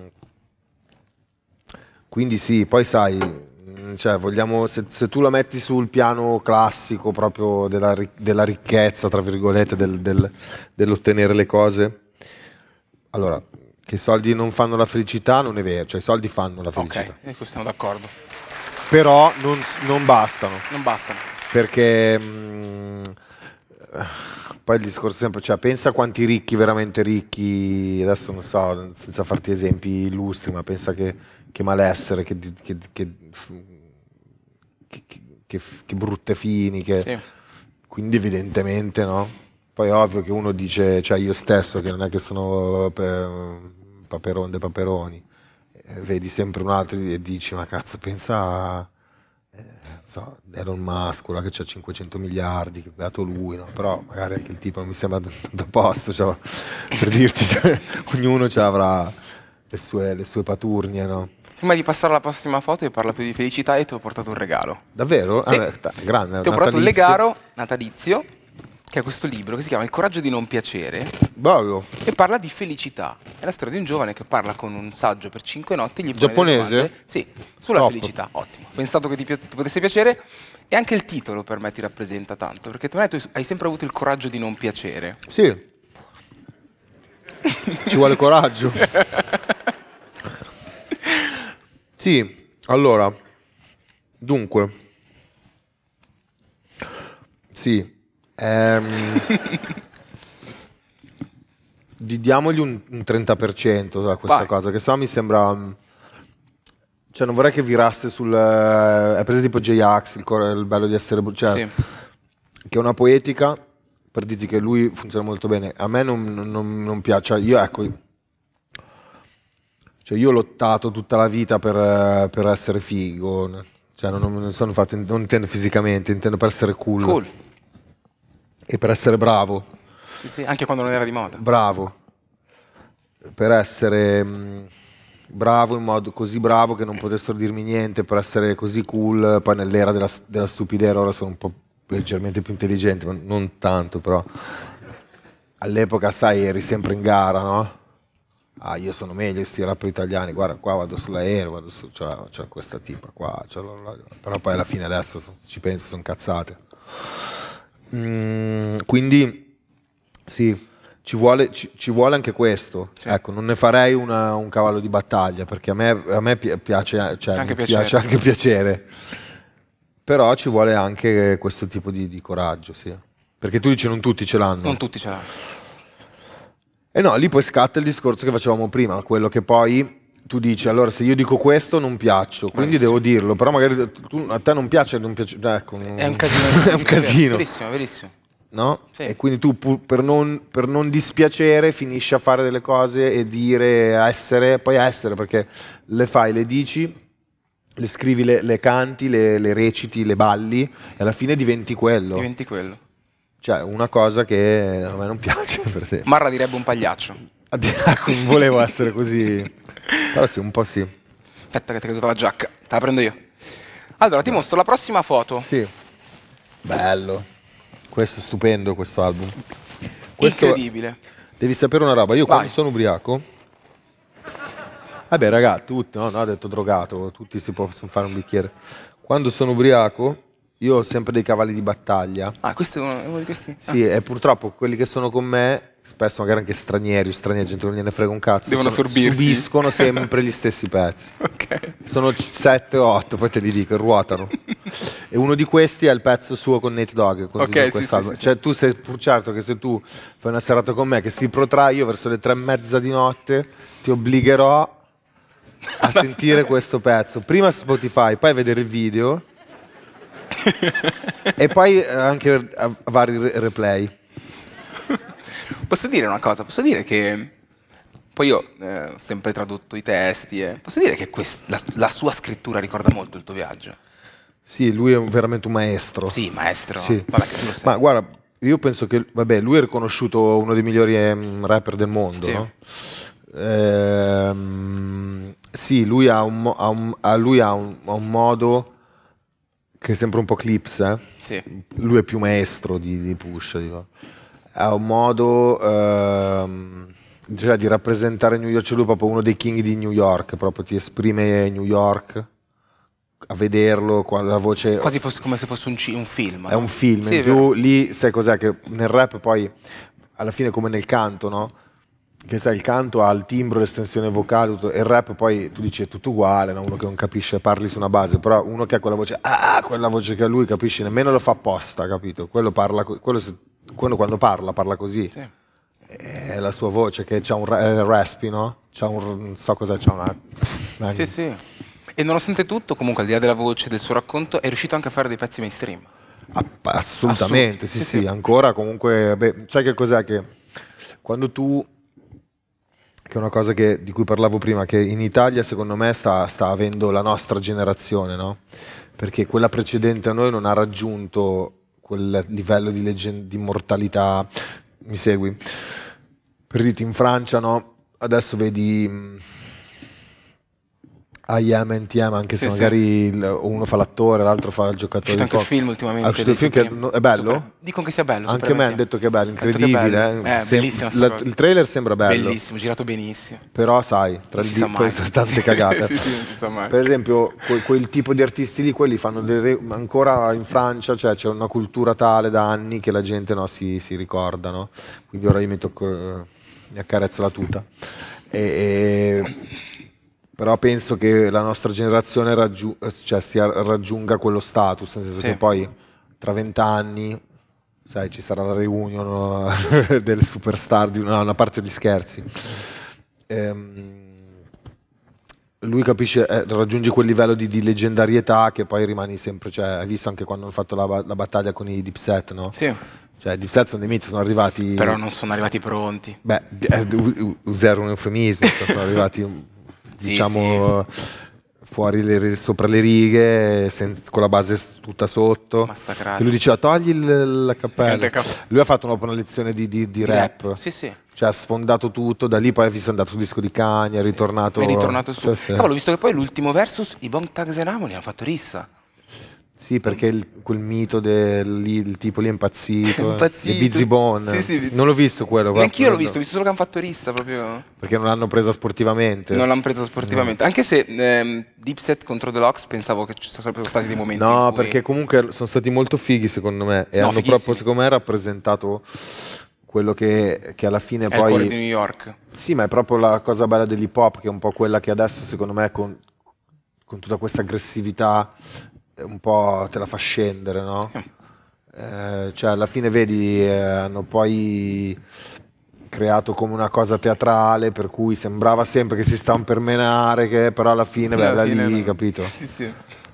quindi sì, poi sai, mh, cioè vogliamo, se, se tu la metti sul piano classico proprio della, ri- della ricchezza, tra virgolette, del- del- dell'ottenere le cose, allora, che i soldi non fanno la felicità non è vero, cioè i soldi fanno la felicità, Ok, e qui siamo d'accordo. però non, non bastano, Non bastano. perché mh, poi il discorso è sempre, cioè pensa quanti ricchi, veramente ricchi, adesso non so, senza farti esempi illustri, ma pensa che, che malessere, che, che, che, che, che- che- che brutte fini, che, Sì. quindi evidentemente no? Poi è ovvio che uno dice, cioè io stesso, che non è che sono pe- paperon de paperoni, eh, vedi sempre un altro e dici, ma cazzo, pensa a eh, non so, Elon Musk, quello che c'ha cinquecento miliardi, che beato lui, no? Però magari anche il tipo non mi sembra da posto, cioè, per dirti, cioè, ognuno ci avrà le sue, le sue paturnie, no? Prima di passare alla prossima foto, hai parlato di felicità e ti ho portato un regalo. Davvero? Sì. Ah, beh, ta- grande, Ti ho portato un natalizio. legaro natalizio, che è questo libro che si chiama Il coraggio di non piacere Bravo. e parla di felicità. È la storia di un giovane che parla con un saggio per cinque notti. Gli pone Giapponese? delle domande. Sì, sulla Top. felicità. Ottimo. Ho pensato che ti, pi- ti potesse piacere e anche il titolo per me ti rappresenta tanto, perché tu hai detto, hai sempre avuto il coraggio di non piacere. Sì. Ci vuole coraggio. Sì, allora, dunque, sì, ehm, di- diamogli un, un trenta per cento a questa Vai. cosa, che sennò mi sembra, mm, cioè non vorrei che virasse sul, eh, è preso tipo J-Ax, il, cor- il bello di essere, bru- cioè, Sì. che è una poetica, per dirti che lui funziona molto bene, a me non, non- non piace, cioè, io ecco, cioè io ho lottato tutta la vita per, eh, per essere figo, cioè non, non sono fatto, non intendo fisicamente, intendo per essere cool, Cool. e per essere bravo, Sì, sì, anche quando non era di moda. bravo, per essere mh, bravo in modo così bravo che non potessero dirmi niente, per essere così cool, poi nell'era della, della stupidera ora sono un po' leggermente più intelligente, ma non tanto, però all'epoca sai eri sempre in gara, no? Ah, io sono meglio, sti rapper italiani, guarda qua vado sull'aereo, vado su, c'è, c'è questa tipa qua, c'è la- la- però poi alla fine adesso so- ci penso, sono cazzate. Mm, quindi sì, ci vuole, ci, ci vuole anche questo, Sì. ecco, non ne farei una- un cavallo di battaglia, perché a me, a me pi- piace, cioè, Anche mi piacere. piace anche piacere, però ci vuole anche questo tipo di, di coraggio, sì. Perché tu dici non tutti ce l'hanno. Non tutti ce l'hanno. E no, lì poi scatta il discorso che facevamo prima, quello che poi tu dici, allora se io dico questo non piaccio, quindi Bravissimo. devo dirlo, però magari tu- a te non piace, non piace, ecco, È un casino. è un casino, Verissimo, verissimo. no? Sì. E quindi tu pu- per non, per non dispiacere finisci a fare delle cose e dire, essere, poi essere, perché le fai, le dici, le scrivi, le, le canti, le, le reciti, le balli e alla fine diventi quello. Diventi quello. Cioè una cosa che a me non piace per te. Marra direbbe un pagliaccio. Ecco, non volevo essere così. Però sì, un po' sì. Aspetta che ti è caduta la giacca. Te la prendo io. Allora, ti mostro la prossima foto. Sì. Bello. Questo è stupendo, questo album. Questo- Incredibile. Devi sapere una roba, io Vai. quando sono ubriaco. Vabbè, ragazzi, tutti, no, no, ho detto drogato, tutti si possono fare un bicchiere. Quando sono ubriaco, io ho sempre dei cavalli di battaglia. Ah, questo è uno, uno di questi? Sì, e purtroppo quelli che sono con me, spesso magari anche stranieri o stranieri, gente che non gliene frega un cazzo, Devono sono- sorbirsi. subiscono sempre gli stessi pezzi. Ah, ok. Sono sette o otto, poi te li dico, ruotano. E uno di questi è il pezzo suo con Nate Dogg. con Ok, tutto sì, quest'album. sì, sì, Cioè tu sei pur certo che se tu fai una serata con me che si protrae, io verso le tre e mezza di notte ti obbligherò a sentire questo pezzo. Prima su Spotify, poi a vedere il video e poi eh, anche a a vari re- replay. Posso dire una cosa? Posso dire che... Poi io eh, ho sempre tradotto i testi e... Posso dire che quest- la, la sua scrittura ricorda molto il tuo viaggio? Sì, lui è un- veramente un maestro. Sì, maestro. Sì. Vabbè, che tu lo sai. Ma guarda, io penso che, vabbè, lui è riconosciuto uno dei migliori um, rapper del mondo, Sì. no? Ehm, sì, lui ha un, mo- ha un, ha- lui ha un, ha un modo che è sempre un po' clips, eh? Sì. Lui è più maestro di, di Push, dico. Ha un modo ehm, cioè, di rappresentare New York, cioè lui è proprio uno dei king di New York, proprio ti esprime New York, a vederlo, qua- la voce... Quasi fosse come se fosse un, ci- un film. È no? un film, Sì, in è più vero. lì sai cos'è che nel rap poi alla fine come nel canto, no? Che sai il canto ha il timbro, l'estensione vocale, tutto, e il rap poi tu dici è tutto uguale, no? Uno che non capisce, parli su una base, però uno che ha quella voce, ah, quella voce che ha lui, capisci, nemmeno lo fa apposta, capito? Quello parla, co- quello, se- quello quando parla, parla così. Sì. È la sua voce che c'ha un ra- eh, raspi, no? C'ha un, non so cos'è, c'ha una... Sì, sì. E nonostante tutto, comunque, al di là della voce del suo racconto, è riuscito anche a fare dei pezzi mainstream. Ah, assolutamente, Assolut- sì, sì, sì, sì. ancora comunque, beh, sai che cos'è che quando tu, che è una cosa che- di cui parlavo prima, che in Italia secondo me sta, sta avendo la nostra generazione, no? Perché quella precedente a noi non ha raggiunto quel livello di, leggen- di immortalità, mi segui? Per dirti in Francia, no? Adesso vedi... mh, I Am N T M, anche se Sì, sì. magari il- uno fa l'attore, l'altro fa il È giocatore uscito di anche il hockey. film ultimamente. È uscito il film dei che Supreme. no- è bello? Super- Dicono che sia bello. Anche Super me hanno M T M. detto che è bello, Hanno detto che è incredibile. bello. eh. Eh, Sem- bellissima sta la- cosa. il trailer sembra bello, Bellissimo, girato benissimo. però sai, tra Non il si sa di- poi mai. sono tante cagate. Sì, sì, non si sa mai. Per esempio, que- quel tipo di artisti lì, quelli fanno delle, ancora in Francia, cioè c'è una cultura tale da anni che la gente no, si, si ricorda, no? Quindi ora io mi tocco, eh, mi accarezzo la tuta. E, e- però penso che la nostra generazione raggiu- cioè, sia- raggiunga quello status, nel senso Sì. che poi tra vent'anni, sai, ci sarà la reunion no, del superstar, di una, una parte di scherzi. Ehm, lui capisce, eh, raggiunge quel livello di, di leggendarietà che poi rimani sempre, cioè, hai visto anche quando hanno fatto la, ba- la battaglia con i Dipset, no? Sì. Cioè, i Dipset sono dei miti, sono arrivati... Però non sono arrivati pronti. Beh, eh, u- usare un eufemismo, sono arrivati, Sì, diciamo, fuori le, sopra le righe, sen- con la base s- tutta sotto. Massacrati. E lui diceva, togli il- la cappella. Canta il cap- Lui ha fatto una buona lezione di, di- di Di rap. rap. Sì, sì. Cioè, ha sfondato tutto, da lì poi è andato sul disco di Kanye, è ritornato... È ritornato su. Sì, sì. Cavolo, ho visto che poi l'ultimo versus, i Bone Thugs and Harmony hanno fatto rissa. Sì, perché il- quel mito del lì, il tipo lì è impazzito. Impazzito. Di Bizzy Bone. Sì, sì. Non l'ho visto quello. guarda, Neanch'io l'ho quello- visto, ho visto solo che hanno fatto rissa proprio. Perché non l'hanno presa sportivamente. Non l'hanno preso sportivamente. Anche se ehm, Dipset contro Deluxe pensavo che ci sarebbero stati dei momenti. No, in cui... perché comunque sono stati molto fighi secondo me e No, hanno fighissimi. proprio, secondo me, rappresentato quello che, che alla fine è il cuore di poi... New York. Sì, ma è proprio la cosa bella dell'hip hop, che è un po' quella che adesso secondo me con, con tutta questa aggressività eh, un po' te la fa scendere, no? Eh, cioè alla fine vedi, eh, hanno poi creato come una cosa teatrale per cui sembrava sempre che si stavano per menare, che però alla fine, beh, Alla da fine lì, no. capito? Sì, sì.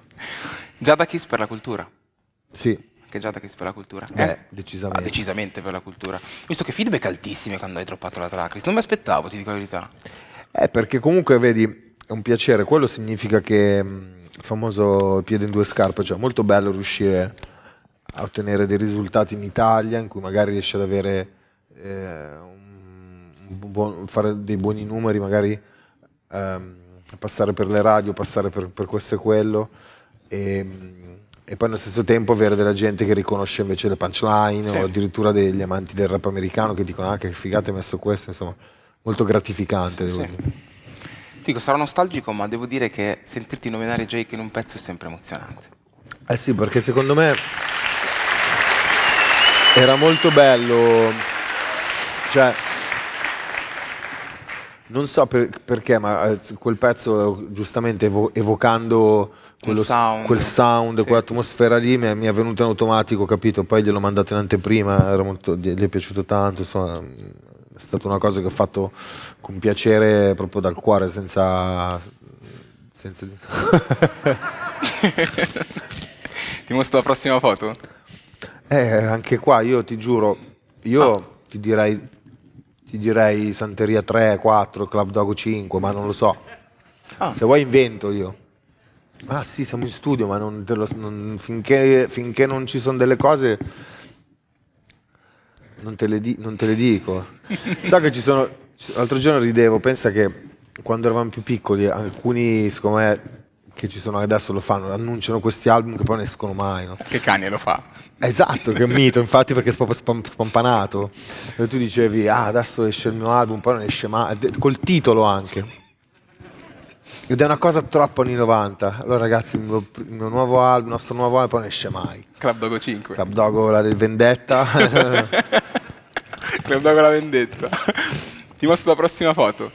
Giada Kiss per la cultura. Sì, Che Giada Kiss per la cultura. beh, Eh? decisamente. Ah, decisamente per la cultura. Visto che feedback altissimi quando hai droppato la tracklist. Non mi aspettavo, ti dico la verità. Eh, perché comunque vedi, è un piacere, quello significa che mh, il famoso piede in due scarpe, cioè è molto bello riuscire a ottenere dei risultati in Italia in cui magari riesci ad avere eh, un, un buon- fare dei buoni numeri, magari ehm, passare per le radio, passare per, per questo e quello e, mh, e poi allo stesso tempo avere della gente che riconosce invece le punchline Sì. o addirittura degli amanti del rap americano che dicono ah che figata hai messo questo, insomma molto gratificante Sì, devo sì. dire. Dico, sarò nostalgico, ma devo dire che sentirti nominare Jake in un pezzo è sempre emozionante. Eh sì, perché secondo me era molto bello, cioè non so per- perché, ma eh, quel pezzo giustamente evo- evocando quello s- sound. quel sound, Sì. quell'atmosfera lì mi è, mi è venuto in automatico, capito? Poi gliel'ho mandato in anteprima, era molto, gli gli è piaciuto tanto, insomma è stata una cosa che ho fatto con piacere proprio dal cuore, senza... senza... Ti mostro la prossima foto? Eh, anche qua io ti giuro, io ti direi ti direi Santeria tre, quattro, Club Dogo cinque, ma non lo so. Ah. Se vuoi invento io. Ah sì, siamo in studio, ma non te lo- non- finché, finché non ci sono delle cose non te le, di- non te le dico. So che ci sono, l'altro giorno ridevo, pensa che quando eravamo più piccoli alcuni, secondo me, che ci sono adesso lo fanno, annunciano questi album che poi non escono mai, no? Che Kanye lo fa. Esatto, che è un mito, infatti, perché è proprio spam- spampanato. E tu dicevi, ah, adesso esce il mio album, poi non esce mai, col titolo anche. Ed è una cosa troppo anni novanta. Allora ragazzi, il mio, il mio nuovo album, il nostro nuovo album poi non esce mai. Club Dogo cinque. Club Dogo, la del Vendetta. Club Dogo la vendetta. Ti mostro la prossima foto.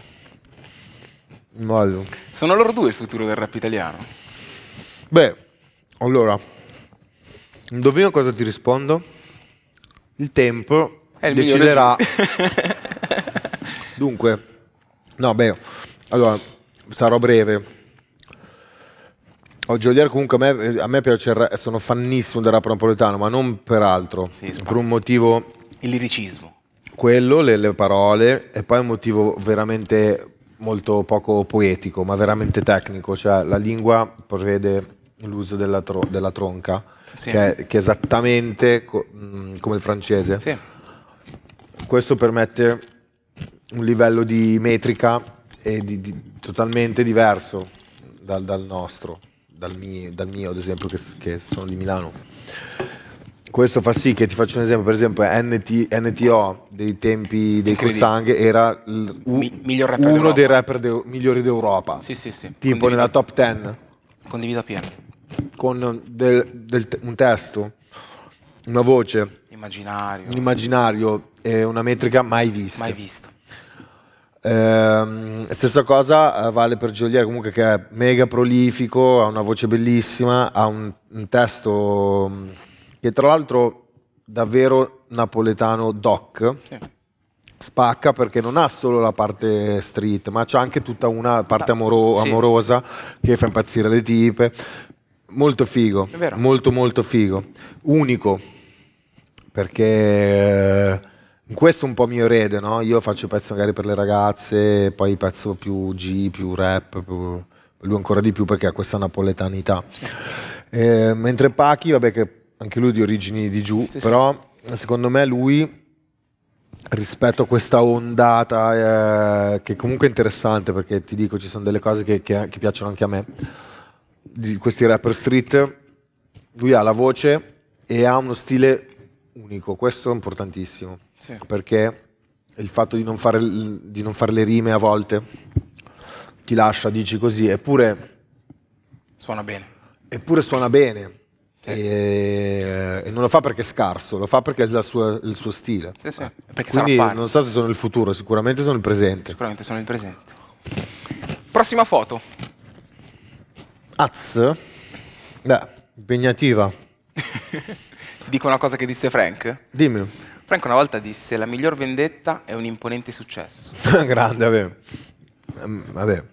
Mollo. Sono loro due il futuro del rap italiano. Beh, allora, indovino cosa ti rispondo? Il tempo È il deciderà. migliore. Dunque, no, beh, allora, sarò breve. Oggi Olier comunque a me, a me piace, il ra- sono fannissimo del rap napoletano, ma non per altro, Sì, per un motivo, Il liricismo. quello, le, le parole, e poi un motivo veramente molto poco poetico, ma veramente tecnico, cioè la lingua prevede l'uso della, tro- della tronca, Sì. che, è, che è esattamente co- mh, come il francese. Sì. Questo permette un livello di metrica e di, di- totalmente diverso dal, dal nostro, dal mio, dal mio ad esempio, che, che sono di Milano. Questo fa sì che, ti faccio un esempio, per esempio N T, N T O dei tempi dei Incredibile. Cossang era il- u- Mi- miglior rapper uno d'Europa. dei rapper de- migliori d'Europa, Sì, sì, sì. tipo Condivido- nella top dieci, Condivido pieno. con del- del te- un testo, una voce, Immaginario. un immaginario e una metrica mai vista. Mai visto. Ehm, stessa cosa eh, vale per Geolier, comunque, che è mega prolifico, ha una voce bellissima, ha un, un testo mh, che tra l'altro davvero napoletano doc, Sì. spacca perché non ha solo la parte street, ma c'ha anche tutta una parte amoro- Sì. amorosa che fa impazzire le tipe. Molto figo, È vero. molto molto figo, unico, perché eh, in questo un po' mio erede, no? Io faccio pezzi magari per le ragazze, poi pezzo più G, più rap, più- lui ancora di più perché ha questa napoletanità. Eh, mentre Pachi, vabbè, che anche lui è di origini di giù, Sì, sì. però secondo me lui, rispetto a questa ondata eh, che comunque è interessante, perché ti dico ci sono delle cose che, che- che piacciono anche a me, di questi rapper street, lui ha la voce e ha uno stile unico, questo è importantissimo, Sì. perché il fatto di non, fare, il- di non fare le rime a volte ti lascia, dici così, eppure, Suona bene. eppure suona bene. E, e non lo fa perché è scarso, lo fa perché è la sua- il suo stile. Sì, sì. Perché sa Quindi rappare. non so se sono il futuro, sicuramente sono il presente. Sicuramente sono il presente. Prossima foto. Az? Beh, impegnativa. Ti dico una cosa che disse Frank. Dimmi. Frank una volta disse: la miglior vendetta è un imponente successo. Grande, vabbè. Ehm, vabbè.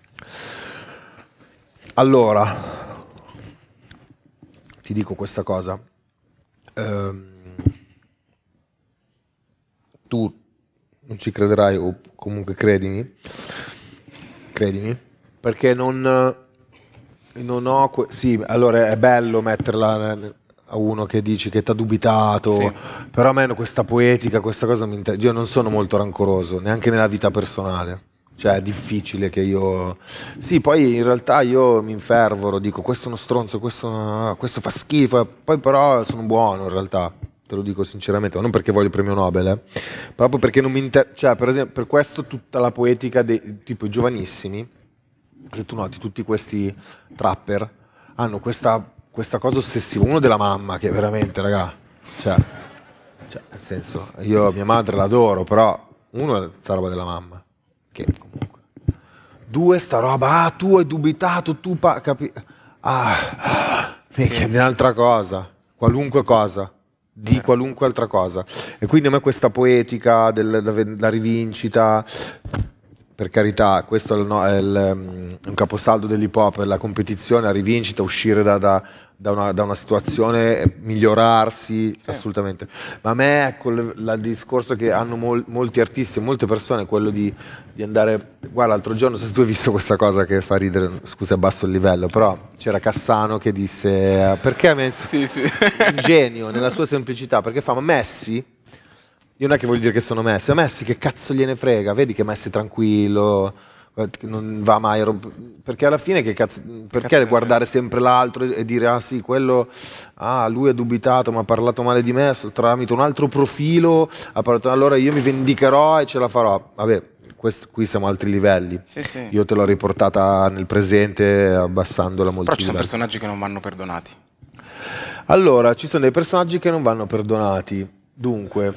Allora, ti dico questa cosa. Ehm, tu non ci crederai, o comunque credimi, credimi, perché non, non ho... que- sì, allora è bello metterla a uno che dici che ti ha dubitato, Sì. però a me questa poetica, questa cosa mi inter- io non sono molto rancoroso, neanche nella vita personale. Cioè è difficile che io... Sì, poi in realtà io mi infervoro, dico questo è uno stronzo, questo, questo fa schifo, poi però sono buono in realtà, te lo dico sinceramente, ma non perché voglio il premio Nobel, eh. Proprio perché non mi inter... Cioè per esempio per questo tutta la poetica dei tipo i giovanissimi, se tu noti tutti questi trapper, hanno questa, questa cosa ossessiva, uno della mamma che veramente, raga, cioè, cioè nel senso, io mia madre l'adoro, però uno è questa roba della mamma. Che comunque due sta roba, ah tu hai dubitato, tu pa- capi- ah, ah minchia, di un'altra cosa, qualunque cosa, di qualunque altra cosa, e quindi a me questa poetica della rivincita, per carità, questo è, il, no, è il, um, un caposaldo dell'hip hop, è la competizione, la rivincita, uscire da, da, da, una, da una situazione, migliorarsi, sì. Assolutamente. Ma a me ecco il, il discorso che hanno mol, molti artisti e molte persone, quello di, di andare... Guarda, l'altro giorno, se tu hai visto questa cosa che fa ridere, scusa, abbasso il livello, però c'era Cassano che disse, perché ha messo Sì, sì. un genio nella sua semplicità, perché fa, ma Messi Io non è che voglio dire che sono Messi, a Messi che cazzo gliene frega, vedi che Messi è tranquillo, che non va mai a romp- perché alla fine che cazzo, perché Cazzo guardare sempre l'altro e, e dire ah sì, quello, ah lui ha dubitato ma ha parlato male di me tramite un altro profilo, ha parlato, allora io mi vendicherò e ce la farò. Vabbè, quest- qui siamo a altri livelli. Sì, sì. Io te l'ho riportata nel presente abbassandola molto. Però ci sono personaggi che non vanno perdonati. Allora, ci sono dei personaggi che non vanno perdonati. Dunque,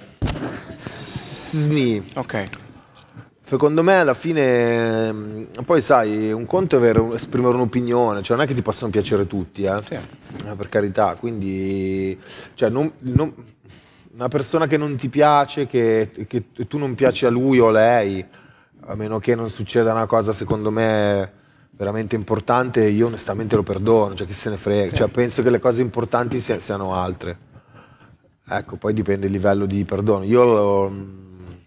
Sni. Ok. Secondo me alla fine, mh, poi sai, un conto è avere, esprimere un'opinione, cioè non è che ti possono piacere tutti, eh? Sì. Eh, per carità, quindi cioè, non- non- una persona che non ti piace, che, che tu non piaci a lui o a lei, a meno che non succeda una cosa secondo me veramente importante, io onestamente lo perdono, cioè chi se ne frega, Sì. cioè, penso che le cose importanti sia- siano altre. Ecco, poi dipende il livello di perdono. Io, mh,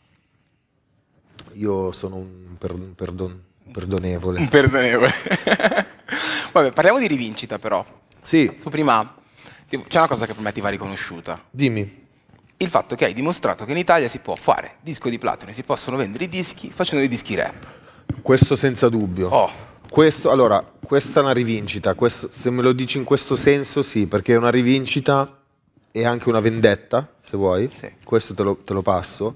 io sono un, per- un perdon- perdonevole. Perdonevole. Vabbè, parliamo di rivincita però. Sì, Tu prima, ti- c'è una cosa che per me ti va riconosciuta. dimmi. Il fatto che hai dimostrato che in Italia si può fare disco di platino e si possono vendere i dischi facendo dei dischi rap. Questo senza dubbio. Oh. Questo, allora, questa è una rivincita. Questo- se me lo dici in questo senso, sì, perché è una rivincita e anche una vendetta, se vuoi. Sì. Questo te lo, te lo passo.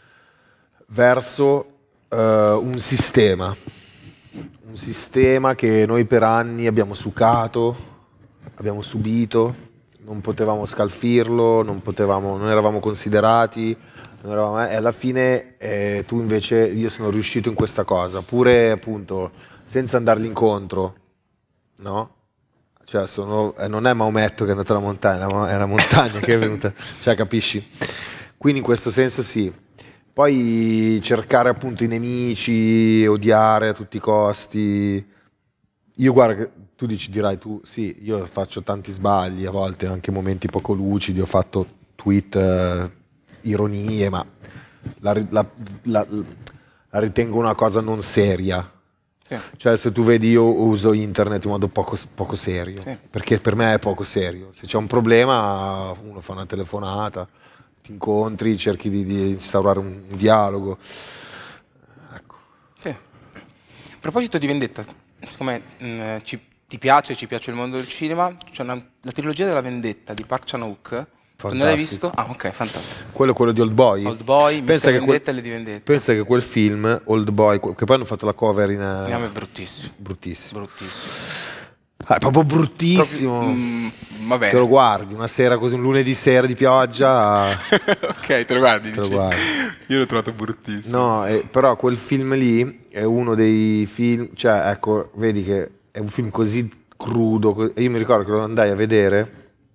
Verso eh, un sistema. Un sistema che noi per anni abbiamo succato, abbiamo subito, non potevamo scalfirlo, non, potevamo, non eravamo considerati, non eravamo- e alla fine eh, tu invece, io sono riuscito in questa cosa, pure appunto senza andargli incontro, no? Cioè sono, eh, non è Maometto che è andato alla montagna, ma è la montagna che è venuta, cioè capisci? Quindi in questo senso sì. Poi cercare appunto i nemici, odiare a tutti i costi. Io guarda che tu dici, dirai tu, sì, io faccio tanti sbagli, a volte anche momenti poco lucidi, ho fatto tweet, eh, ironie, ma la, ri- la- la- la ritengo una cosa non seria. Sì. Cioè se tu vedi io uso internet in modo poco, poco serio, Sì. perché per me è poco serio. Se c'è un problema uno fa una telefonata, ti incontri, cerchi di, di instaurare un, un dialogo. Ecco. Sì. A proposito di vendetta, siccome mh, ci, ti piace, ci piace il mondo del cinema, c'è una- la trilogia della vendetta di Park Chan-wook. Tu non l'hai Fantastico. visto? Ah, ok, fantastico. Quello è quello di Old Boy. Old Boy, Pensa mister che Vendetta quel- e Lady Vendetta. Pensa che quel film, Old Boy, che poi hanno fatto la cover in... eh, A me è bruttissimo. bruttissimo. Bruttissimo. Ah, è proprio bruttissimo. Proprio- mm, va bene. Te lo guardi una sera così, un lunedì sera di pioggia. Ok, te lo guardi, Te lo dici? guardi. Io l'ho trovato bruttissimo. No, eh, però quel film lì è uno dei film, cioè ecco, vedi che è un film così crudo, co- e io mi ricordo che lo andai a vedere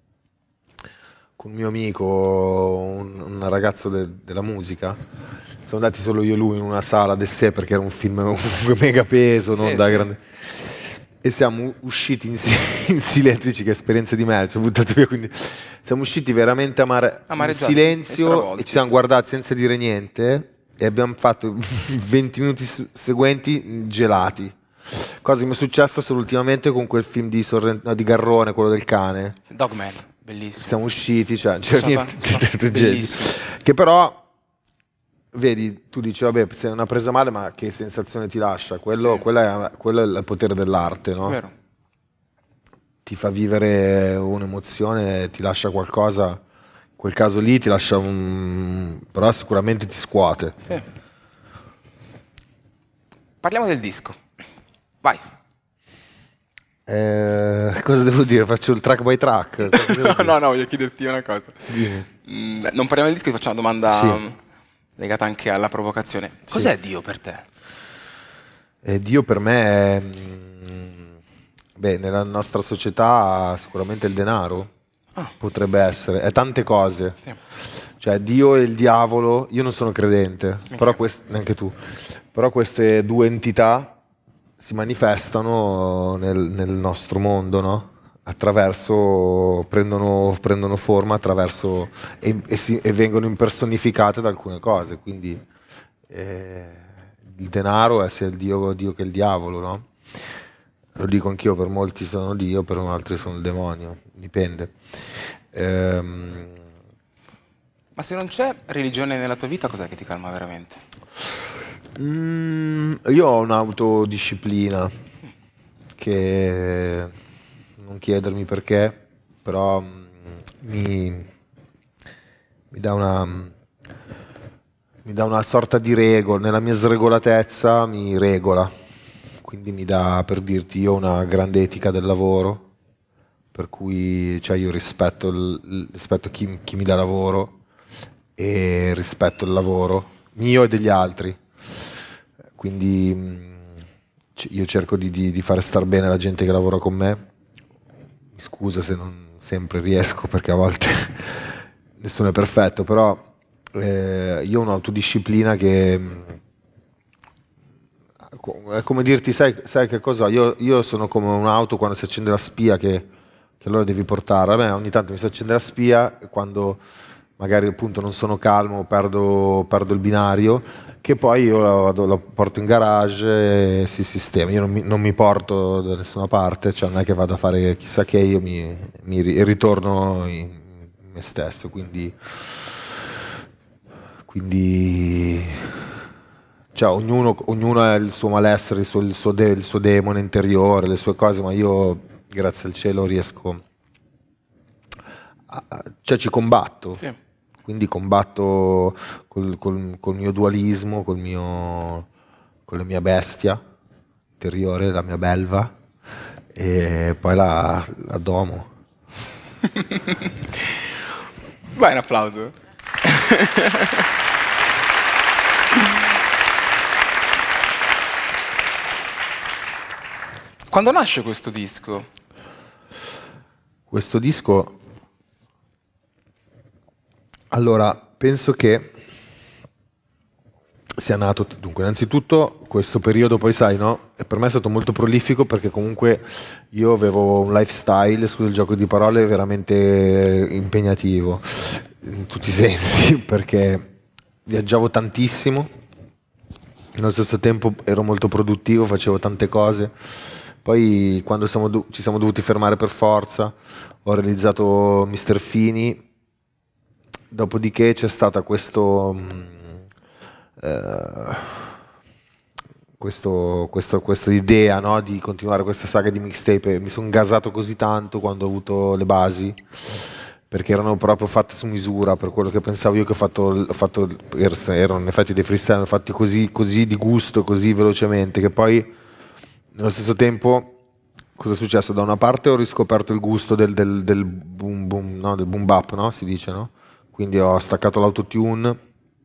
con un mio amico, un, un ragazzo de- della musica, siamo andati solo io e lui in una sala de sé perché era un film comunque mega peso, non Sì, da sì. grande... E siamo usciti in, si- in silenzio, dici che esperienza di me, ci ho buttato via, quindi siamo usciti veramente amare- in Amareggiati, e silenzio stravolti. e ci siamo guardati senza dire niente e abbiamo fatto venti minuti su- seguenti gelati. Cosa che mi è successo solo ultimamente con quel film di, Sorrent- no, di Garrone, quello del cane. Dogman, bellissimo. Siamo usciti, cioè non c'era Sono niente tanto- di genio. bellissimo. Che però, vedi, tu dici, vabbè, se è una presa male, ma che sensazione ti lascia? Quello, Sì. quella è, quello è il potere dell'arte, no? Vero. Ti fa vivere un'emozione, ti lascia qualcosa, in quel caso lì ti lascia un... però sicuramente ti scuote. Sì. Parliamo del disco. Vai. Eh, cosa devo dire? Faccio il track by track? Cosa devo No, dire? no, no, voglio chiederti una cosa. Dimmi. Mm, non parliamo del disco, ti faccio una domanda Sì. mm, legata anche alla provocazione. Cos'è Dio per te? Eh, Dio per me è, mm, beh, nella nostra società sicuramente il denaro, Ah. potrebbe essere, è tante cose. Sì. Cioè Dio e il diavolo, io non sono credente, però quest- neanche tu, però queste due entità si manifestano nel, nel nostro mondo, no? Attraverso, prendono, prendono forma attraverso e, e si- e vengono impersonificate da alcune cose, quindi eh, il denaro è sia il Dio, Dio che il diavolo, no? Lo dico anch'io, per molti sono Dio, per altri sono il demonio, dipende. Ehm, Ma se non c'è religione nella tua vita, cos'è che ti calma veramente? Mm, io ho un'autodisciplina che non chiedermi perché, però mm, mi, mi dà una mi dà una sorta di regola, nella mia sregolatezza mi regola, quindi mi dà, per dirti, io ho una grande etica del lavoro, per cui cioè io rispetto, il, rispetto chi, chi mi dà lavoro e rispetto il lavoro mio e degli altri, quindi mh, io cerco di, di, di fare star bene la gente che lavora con me. Mi scusa se non sempre riesco, perché a volte nessuno è perfetto, però eh, io ho un'autodisciplina che mh, è come dirti, sai, sai che cosa? Io, io sono come un'auto quando si accende la spia che, che allora devi portare. A me ogni tanto mi si accende la spia e quando magari appunto non sono calmo, perdo, perdo il binario, che poi io la, vado, la porto in garage e si sistema. Io non mi, non mi porto da nessuna parte, cioè non è che vado a fare chissà che, io mi, mi ritorno in me stesso, quindi, quindi cioè ognuno, ognuno ha il suo malessere, il suo, il, suo de, il suo demone interiore, le sue cose, ma io grazie al cielo riesco a, cioè ci combatto. Sì. Quindi combatto col, col, col mio dualismo, col mio, con la mia bestia interiore, la mia belva, e poi la, la domo. Vai, un applauso. Quando nasce questo disco? Questo disco... Allora, penso che sia nato, dunque, innanzitutto questo periodo, poi sai, no? E per me è stato molto prolifico perché comunque io avevo un lifestyle, scusa il gioco di parole, veramente impegnativo in tutti i sensi, perché viaggiavo tantissimo, nello stesso tempo ero molto produttivo, facevo tante cose. Poi quando siamo do- ci siamo dovuti fermare per forza, ho realizzato mister Fini. Dopodiché c'è stata questo, eh, questo, questo, questa idea, no, di continuare questa saga di mixtape. Mi sono gasato così tanto quando ho avuto le basi, perché erano proprio fatte su misura per quello che pensavo io, che ho fatto, ho fatto erano in effetti dei freestyle fatti così, così di gusto, così velocemente, che poi nello stesso tempo cosa è successo? Da una parte ho riscoperto il gusto del, del, del boom boom, no? Del boom bap, no? Si dice, no? Quindi ho staccato l'autotune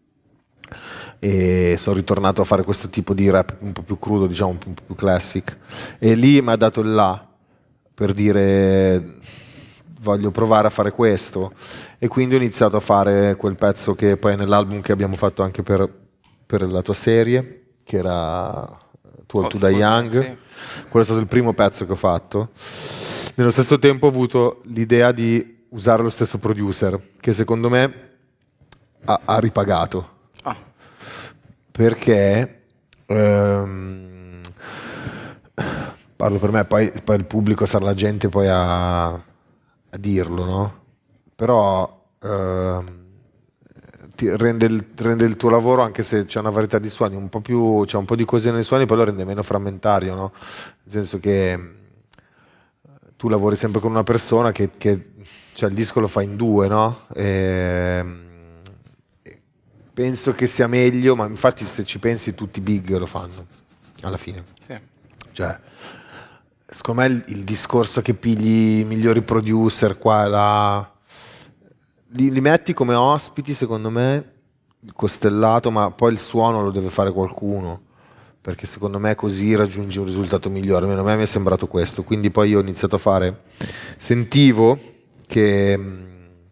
e sono ritornato a fare questo tipo di rap un po' più crudo, diciamo, un po' più classic, e lì mi ha dato il là per dire voglio provare a fare questo, e quindi ho iniziato a fare quel pezzo che poi è nell'album che abbiamo fatto anche per, per la tua serie, che era Too Old to Die Young. Sì. Quello è stato il primo pezzo che ho fatto. Nello stesso tempo ho avuto l'idea di usare lo stesso producer, che secondo me ha, ha ripagato. Ah. Perché ehm, parlo per me, poi, poi il pubblico sarà la gente poi a, a dirlo, no? Però ehm, ti rende, il, rende il tuo lavoro, anche se c'è una varietà di suoni, un po' più, c'è un po' di cose nei suoni, poi lo rende meno frammentario, no? Nel senso che tu lavori sempre con una persona che, che cioè il disco lo fa in due, no? E penso che sia meglio, ma infatti se ci pensi tutti i big lo fanno alla fine. Sì. Cioè, secondo me il, il discorso che pigli i migliori producer qua e là, li, li metti come ospiti, secondo me, costellato, ma poi il suono lo deve fare qualcuno, perché secondo me così raggiungi un risultato migliore. Almeno a me mi è sembrato questo. Quindi poi io ho iniziato a fare, sentivo che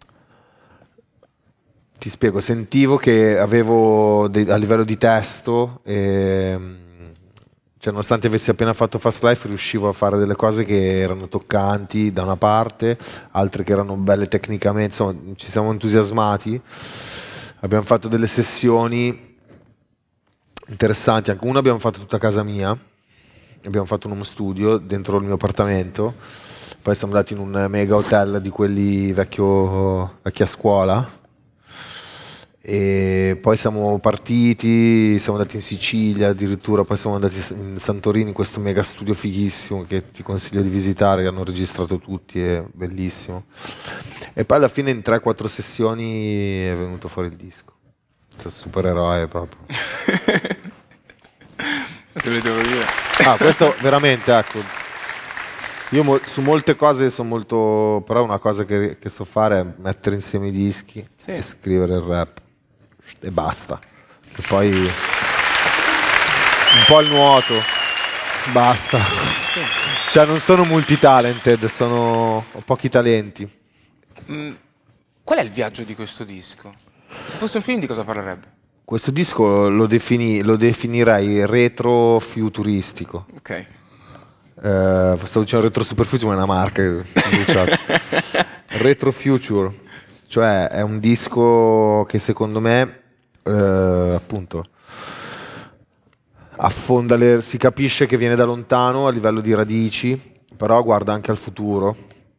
ti spiego, sentivo che avevo de- a livello di testo, e, cioè nonostante avessi appena fatto Fast Life, riuscivo a fare delle cose che erano toccanti da una parte, altre che erano belle tecnicamente, insomma ci siamo entusiasmati, abbiamo fatto delle sessioni interessanti, anche una abbiamo fatto tutta a casa mia, abbiamo fatto un home studio dentro il mio appartamento, poi siamo andati in un mega hotel di quelli vecchio, vecchia scuola, E poi siamo partiti, siamo andati in Sicilia addirittura, poi siamo andati in Santorini, in questo mega studio fighissimo che ti consiglio di visitare, che hanno registrato tutti, è bellissimo. E poi alla fine in tre quattro sessioni è venuto fuori il disco. Cioè, supereroe proprio. Se lo devo dire. Ah, questo veramente, ecco. Io mo- su molte cose sono molto... Però una cosa che, che so fare è mettere insieme i dischi Sì. e scrivere il rap. E basta. E poi... Un po' il nuoto. Basta. Sì. Cioè non sono multitalented, sono... ho pochi talenti. Mm, qual è il viaggio di questo disco? Se fosse un film di cosa parlerebbe? Questo disco lo, defini- lo definirei retro-futuristico. Ok. Eh, stavo dicendo retro superfuture, ma è una marca. Retro Future, cioè è un disco che secondo me eh, appunto affonda le, si capisce che viene da lontano a livello di radici, però guarda anche al futuro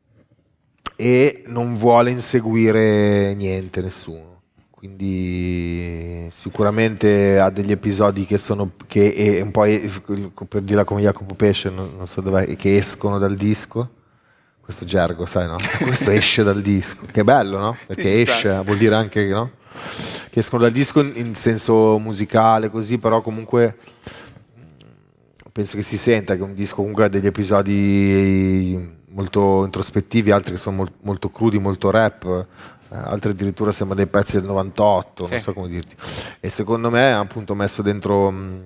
e non vuole inseguire niente, nessuno. Quindi sicuramente ha degli episodi che sono che è un po' per dirla come Jacopo Pesce, non, non so dov'è, che escono dal disco. Questo gergo, sai, no? Questo esce dal disco, che è bello, no? Perché Sì, esce, sta. vuol dire anche, no? Che escono dal disco in, in senso musicale, così, però comunque penso che si senta che un disco comunque ha degli episodi molto introspettivi, altri che sono mol- molto crudi, molto rap, eh, altri addirittura sembrano dei pezzi del novantotto, Sì. non so come dirti. E secondo me ha appunto messo dentro... mh,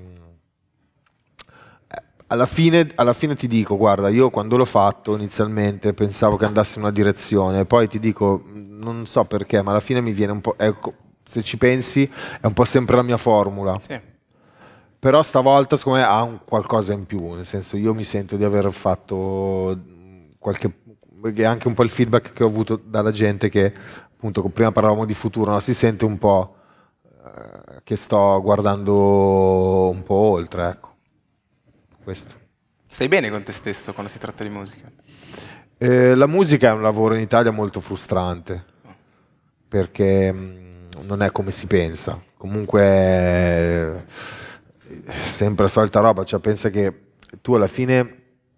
alla fine, alla fine ti dico, guarda, io quando l'ho fatto inizialmente pensavo che andasse in una direzione, poi ti dico, non so perché, ma alla fine mi viene un po', ecco, se ci pensi, è un po' sempre la mia formula. Sì. Però stavolta secondo me ha un qualcosa in più, nel senso io mi sento di aver fatto qualche, è anche un po' il feedback che ho avuto dalla gente che appunto prima parlavamo di futuro, no? Si sente un po' eh, che sto guardando un po' oltre, ecco. Questo. Stai bene con te stesso quando si tratta di musica? Eh, la musica è un lavoro in Italia molto frustrante perché mh, non è come si pensa. Comunque è sempre la solita roba, cioè pensa che tu alla fine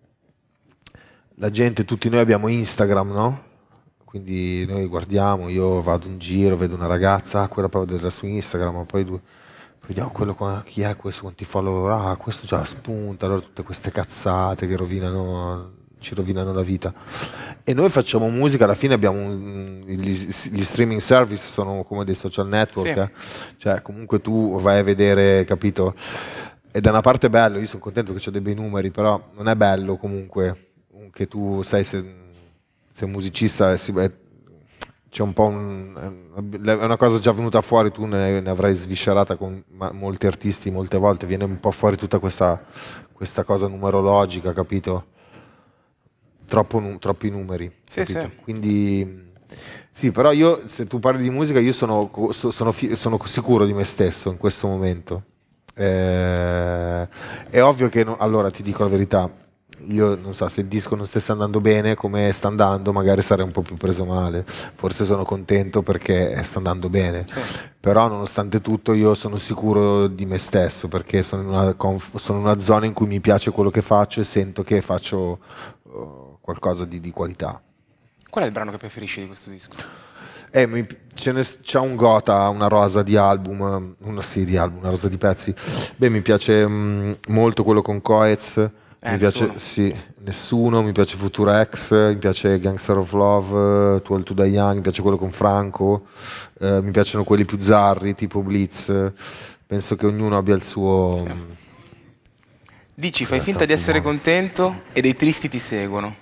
la gente, tutti noi abbiamo Instagram, no? Quindi noi guardiamo, io vado in giro, vedo una ragazza, ah, quella proprio della su Instagram, ma poi due vediamo quello qua, chi è questo, quanti follower, ah questo già spunta, allora tutte queste cazzate che rovinano, ci rovinano la vita. E noi facciamo musica, alla fine abbiamo un, gli, gli streaming service sono come dei social network, Sì. eh. Cioè comunque tu vai a vedere, capito? E da una parte è bello, io sono contento che c'ho dei bei numeri, però non è bello comunque che tu sai se sei un musicista e si, è, c'è un po' un, è una cosa già venuta fuori, tu ne, ne avrai sviscerata con ma, molti artisti molte volte, viene un po' fuori tutta questa, questa cosa numerologica, capito? Troppo, nu- troppi numeri, Sì, capito? sì. Quindi sì, però io se tu parli di musica io sono, co- so- sono, fi- sono sicuro di me stesso in questo momento. Eh, è ovvio che no- allora ti dico la verità, io non so se il disco non stesse andando bene come sta andando, magari sarei un po' più preso male, forse sono contento perché sta andando bene, Sì. però nonostante tutto io sono sicuro di me stesso perché sono in una, conf- sono in una zona in cui mi piace quello che faccio e sento che faccio uh, qualcosa di, di qualità. Qual è il brano che preferisci di questo disco? Eh, mi, ce ne, c'è un gota, una rosa di album, una sì di album, una rosa di pezzi. Beh, mi piace mh, molto quello con Coez. Eh, Mi piace, Nessuno. sì, Nessuno, mi piace Futura X, mi piace Gangster of Love, Too Old to Die Young, mi piace quello con Franco, eh, mi piacciono quelli più zarri, tipo Blitz. Penso che ognuno abbia il suo... Sì. Dici, È fai finta di troppo essere buono. contento e dei tristi ti seguono.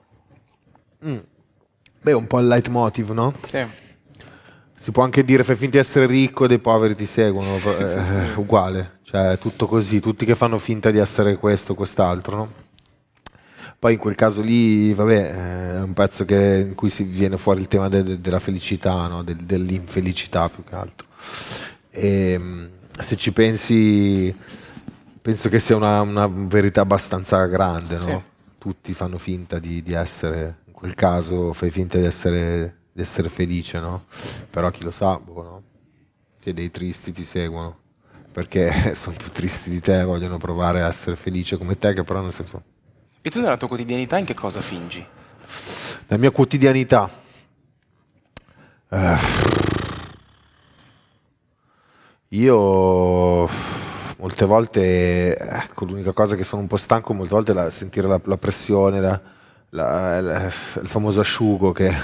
Mm. Beh, un po' il leitmotiv, no? Sì. Si può anche dire fai finta di essere ricco e dei poveri ti seguono, è Sì, sì. uguale, cioè è tutto così, tutti che fanno finta di essere questo o quest'altro, no? Poi in quel caso lì, vabbè, è un pezzo che, in cui si viene fuori il tema de- de- della felicità, no? Del- dell'infelicità più che altro. E, mh, se ci pensi, penso che sia una, una verità abbastanza grande, no? Sì. Tutti fanno finta di, di essere, in quel caso fai finta di essere, di essere felice, no? Però chi lo sa, boh, no? e dei tristi ti seguono, perché sono più tristi di te, vogliono provare a essere felice come te, che però nel senso... E tu nella tua quotidianità in che cosa fingi? La mia quotidianità... Eh, io molte volte, ecco, l'unica cosa che sono un po' stanco molte volte è la, sentire la, la pressione, la, la, la, il famoso asciugo che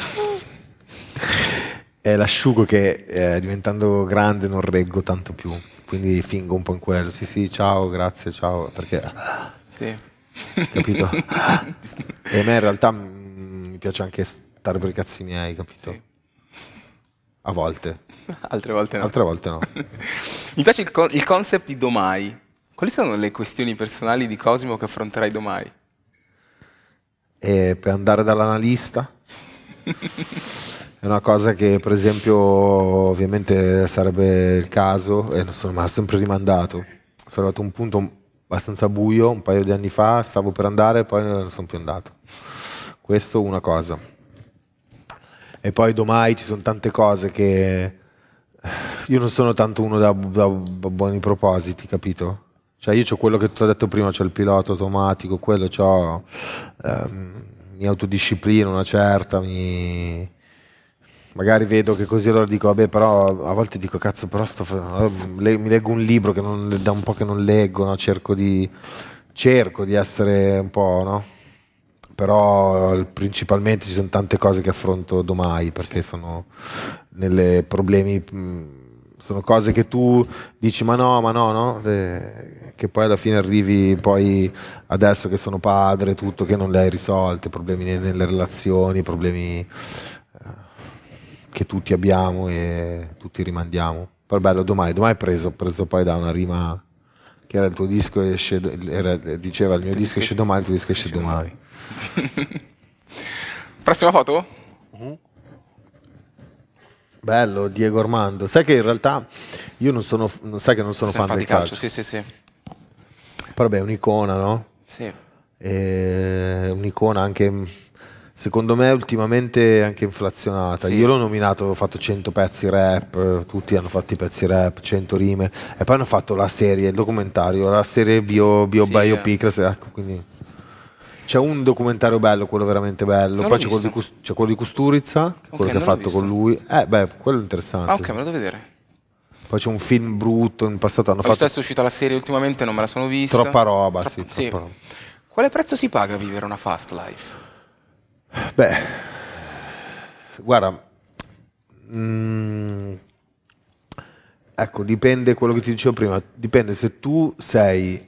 è l'asciugo che eh, diventando grande non reggo tanto più, quindi fingo un po' in quello. Sì, sì, ciao, grazie, ciao, perché Sì. capito? E a me in realtà mm, mi piace anche stare per i cazzi miei, capito? Sì. A volte. Altre volte no. Altre volte no. Mi piace il, con- il concept di domani. Quali sono le questioni personali di Cosimo che affronterai domani? E per andare dall'analista è una cosa che per esempio ovviamente sarebbe il caso e non sono mai sempre rimandato. Sono arrivato a un punto abbastanza buio un paio di anni fa, stavo per andare e poi non sono più andato. Questo una cosa. E poi domani ci sono tante cose che io non sono tanto uno da, da buoni propositi, capito? Cioè io c'ho quello che ti ho detto prima, c'ho il pilota automatico, quello c'ho, ehm, mi autodisciplino una certa, mi... magari vedo che così allora dico vabbè, però a volte dico cazzo, però sto fa... mi leggo un libro che non, da un po' che non leggo, no? cerco di cerco di essere un po', no? Però principalmente ci sono tante cose che affronto domani perché sono nelle problemi, sono cose che tu dici ma no, ma no, no, eh, che poi alla fine arrivi poi adesso che sono padre, tutto che non le hai risolte, problemi nelle relazioni, problemi eh, che tutti abbiamo e tutti rimandiamo. Poi bello, domani, domani è preso, preso poi da una rima che era il tuo disco esce, era, diceva il mio disco esce domani, il tuo disco esce domani. Prossima foto? Uh-huh. Bello, Diego Armando. Sai che in realtà io non sono, sai che non sono fan del calcio. calcio. Sì, sì, sì. Però vabbè, è un'icona, no? Sì. È un'icona anche, secondo me, ultimamente anche inflazionata. Sì. Io l'ho nominato, ho fatto cento pezzi rap, tutti hanno fatto i pezzi rap, cento rime, e poi hanno fatto la serie, il documentario, la serie bio, bio Sì, biopic, ecco, quindi... C'è un documentario bello, quello veramente bello. Non Poi l'ho c'è quello, di, visto. Cus- c'è quello di Kusturica, Ok, quello che ha non l'ho fatto visto. con lui. Eh, beh, quello è interessante. Ah, ok, me lo devo vedere. Poi c'è un film brutto, in passato hanno Ho visto fatto adesso è uscita la serie ultimamente, non me la sono vista. troppa roba, Troppo- sì, troppa roba. Quale prezzo si paga a vivere una fast life? Beh, guarda, mm, ecco, dipende quello che ti dicevo prima, dipende se tu sei,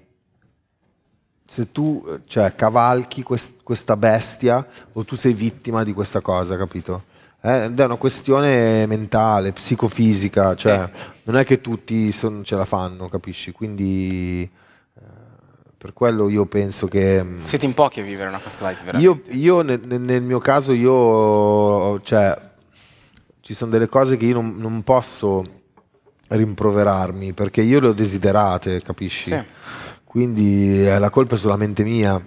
se tu cioè, cavalchi quest- questa bestia o tu sei vittima di questa cosa, capito? Eh, Ed è una questione mentale, psicofisica, cioè Sì. non è che tutti son- ce la fanno, capisci? Quindi eh, per quello io penso che... mm, Siete in pochi a vivere una fast life, io, veramente. io nel, nel- nel mio caso io, cioè, ci sono delle cose che io non, non posso rimproverarmi perché io le ho desiderate, capisci? Sì. Quindi eh, la colpa è solamente mia.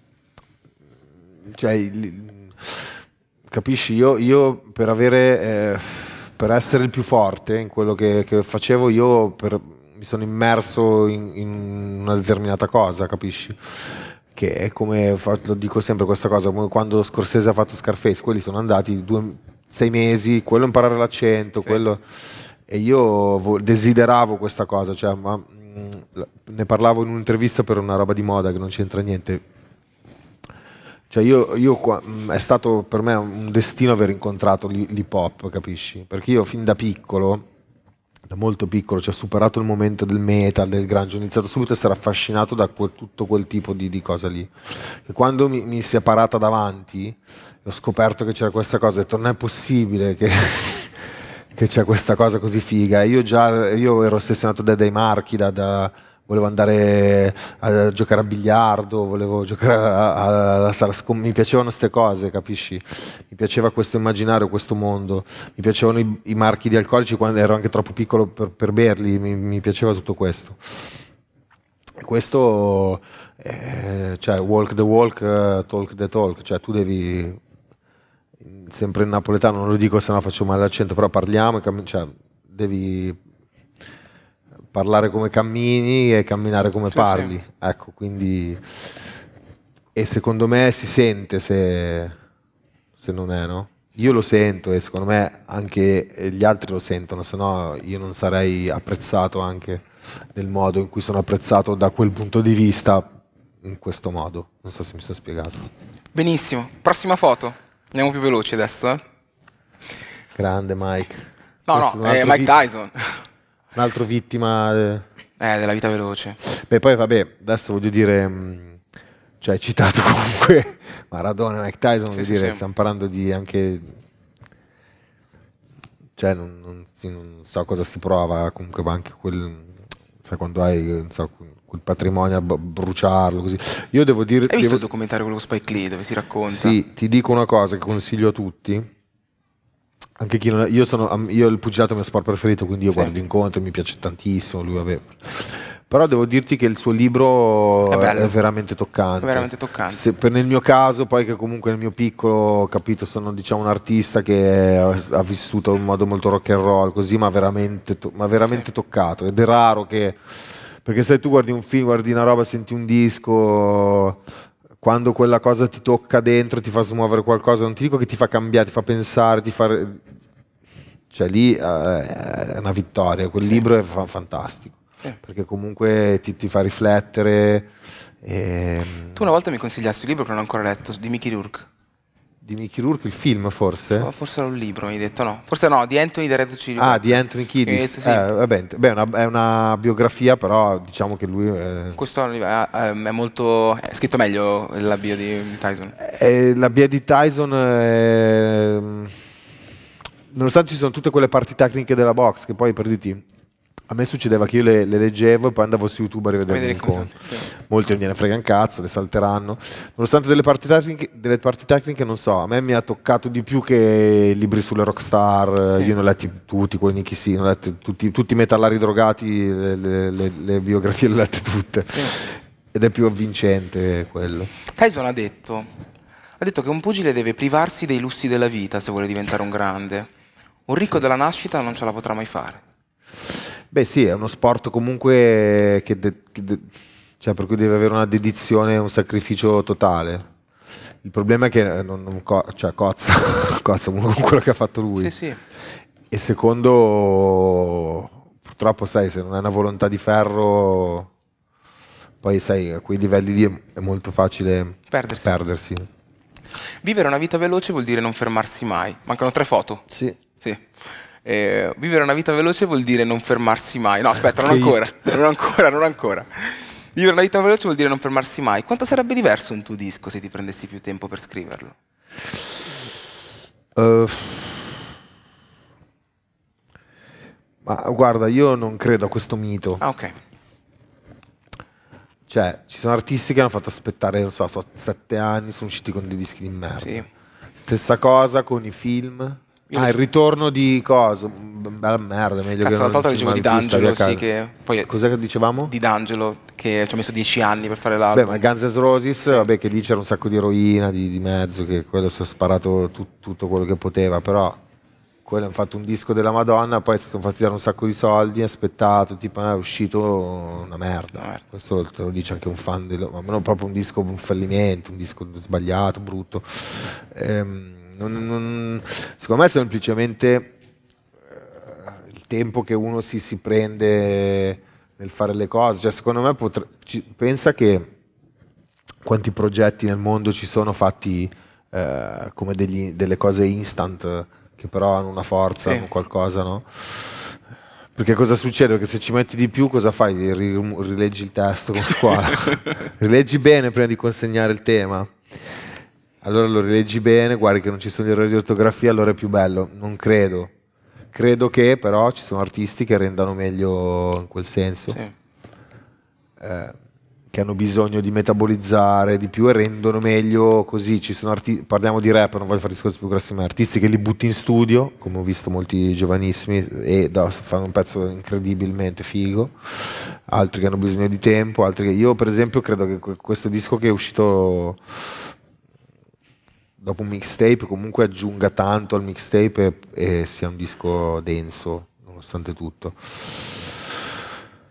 Cioè, il- capisci? Io, io per avere, eh, per essere il più forte in quello che, che facevo, io per- mi sono immerso in, in una determinata cosa, capisci? Che è come, fa- lo dico sempre questa cosa, come quando Scorsese ha fatto Scarface, quelli sono andati due, sei mesi, quello imparare l'accento, Sì. quello... E io vo- desideravo questa cosa, cioè, ma, mh, la- ne parlavo in un'intervista per una roba di moda che non c'entra niente. Cioè io, io qua- mh, è stato per me un destino aver incontrato l'hi- l'hip hop, capisci? Perché io fin da piccolo, da molto piccolo, cioè ho superato il momento del metal, del grunge, ho iniziato subito a essere affascinato da quel- tutto quel tipo di, di cosa lì. E quando mi, mi si è parata davanti, ho scoperto che c'era questa cosa, ho detto non è possibile che... che c'è questa cosa così figa. Io già io ero ossessionato da, dai marchi, da, da- volevo andare a giocare a biliardo, volevo giocare a- a- alla sala scom- mi piacevano queste cose, capisci? Mi piaceva questo immaginario, questo mondo, mi piacevano i, i marchi di alcolici quando ero anche troppo piccolo per, per berli, mi, mi piaceva tutto questo. E questo, eh, cioè, walk the walk, eh, talk the talk, cioè tu devi sempre in napoletano, non lo dico se no faccio male l'accento, però parliamo, e cammi- cioè, devi parlare come cammini e camminare come Sì, parli. sì. Ecco, quindi... E secondo me si sente se, se non è, no? Io lo sento e secondo me anche gli altri lo sentono, se no io non sarei apprezzato anche nel modo in cui sono apprezzato da quel punto di vista, in questo modo. Non so se mi sono spiegato. Benissimo, prossima foto. Andiamo più veloci adesso. Eh? Grande Mike. No, Questo no, è un è altro Mike vi- Tyson. Un altro vittima... eh. Eh, della vita veloce. Beh, poi vabbè, adesso voglio dire, mh, cioè hai citato comunque Maradona, Mike Tyson, Sì, voglio sì, dire, sì. stiamo parlando di anche, cioè non, non- sì, non so cosa si prova, comunque ma anche quel, sai quando hai, non so, quel patrimonio a b- bruciarlo, così. Io devo dire, Hai visto devo- il documentario quello con Spike Lee dove si racconta? sì, ti dico una cosa che consiglio a tutti. Anche chi non è- io sono am- io il pugilato è il mio sport preferito, quindi io Sì. guardo incontri, mi piace tantissimo, lui vabbè. Però devo dirti che il suo libro È bello. è veramente toccante. È veramente toccante. Se- per nel mio caso, poi che comunque nel mio piccolo, capito, sono diciamo un artista che ha, ha vissuto in modo molto rock and roll, così, ma veramente, to- ma veramente Sì. toccato. Ed è raro che, perché se tu guardi un film, guardi una roba, senti un disco, quando quella cosa ti tocca dentro, ti fa smuovere qualcosa, non ti dico che ti fa cambiare, ti fa pensare, ti fa... Cioè lì eh, è una vittoria, quel Sì. libro è fa- fantastico, Sì. perché comunque ti, ti fa riflettere. E, Tu una volta mi consigliasti un libro che non ho ancora letto, di Mickey Rourke. di Mickey Rourke, il film forse? Oh, forse era un libro, mi hai detto, no? Forse no, di Anthony the Red Chili Ah, Peppers. di Anthony Mi hai Kiddis. detto sì. Eh, vabbè, beh, è una, è una biografia, però diciamo che lui... eh, Questo è è molto... è scritto meglio la bio di Tyson. Eh, la Bia di Tyson, eh, nonostante ci sono tutte quelle parti tecniche della box, che poi per dirti, a me succedeva che io le, le leggevo e poi andavo su YouTube a rivedere Vedere l'incontro. il contenuto, sì. Molti non gliene frega un cazzo, le salteranno. Nonostante delle parti tecniche, delle parti tecniche, non so, a me mi ha toccato di più che i libri sulle rockstar. Sì. Io ne ho letti tutti, quelli Nicky sì, ne ho letti tutti, tutti i metallari drogati, le, le- le- le biografie le ho lette tutte. Sì. Ed è più avvincente quello. Tyson ha detto, ha detto che un pugile deve privarsi dei lussi della vita se vuole diventare un grande. Un ricco della nascita non ce la potrà mai fare. Beh sì, è uno sport comunque che, de- che de- cioè per cui deve avere una dedizione e un sacrificio totale. Il problema è che non, non co- cioè, cozza, cozza uno con quello che ha fatto lui. Sì, sì. E secondo, purtroppo sai, se non hai una volontà di ferro, poi sai, a quei livelli lì è- è molto facile Perdersi. perdersi. Vivere una vita veloce vuol dire non fermarsi mai. Mancano tre foto. Sì. Sì. Eh, vivere una vita veloce vuol dire non fermarsi mai. No, aspetta, non Che ancora. hit. Non ancora, non ancora. Vivere una vita veloce vuol dire non fermarsi mai. Quanto sarebbe diverso un tuo disco se ti prendessi più tempo per scriverlo? Uh, ma guarda, io non credo a questo mito. Ah, ok. Cioè, ci sono artisti che hanno fatto aspettare, non so, so sette anni, sono usciti con dei dischi di merda. Sì. Stessa cosa con i film. Io Ah, le- il ritorno di cosa? Bella merda, meglio Cazzo, che l'altra volta non dicevo di filmavi più, stavi a D'Angelo, sì, casa. che poi... Cos'è che dicevamo? Di D'Angelo, che ci ha messo dieci anni per fare Beh, l'album. ma Guns N' Roses, vabbè, che lì c'era un sacco di eroina, di, di mezzo, che quello si è sparato tut- tutto quello che poteva, però quello hanno fatto un disco della Madonna, poi si sono fatti dare un sacco di soldi, aspettato, tipo è uscito una merda. Una merda. Questo te lo dice anche un fan, di, ma non proprio un disco, un fallimento, un disco sbagliato, brutto. Ehm, non- non- secondo me è semplicemente eh, il tempo che uno si, si prende nel fare le cose. Cioè, secondo me potre- ci- pensa che quanti progetti nel mondo ci sono fatti eh, come degli- delle cose instant che però hanno una forza, Sì. hanno qualcosa, no? Perché cosa succede? Che se ci metti di più cosa fai? Ri- rileggi il testo con scuola, rileggi bene prima di consegnare il tema. Allora lo rileggi bene, guardi che non ci sono gli errori di ortografia, allora è più bello. Non credo. Credo che però ci sono artisti che rendano meglio in quel senso, Sì. eh, che hanno bisogno di metabolizzare di più e rendono meglio così. Ci sono arti- parliamo di rap, non voglio fare discorsi più grossi, ma artisti che li butti in studio, come ho visto molti giovanissimi, e da- fanno un pezzo incredibilmente figo, altri che hanno bisogno di tempo, altri che... Io per esempio credo che que- questo disco che è uscito dopo un mixtape comunque aggiunga tanto al mixtape e, e sia un disco denso nonostante tutto.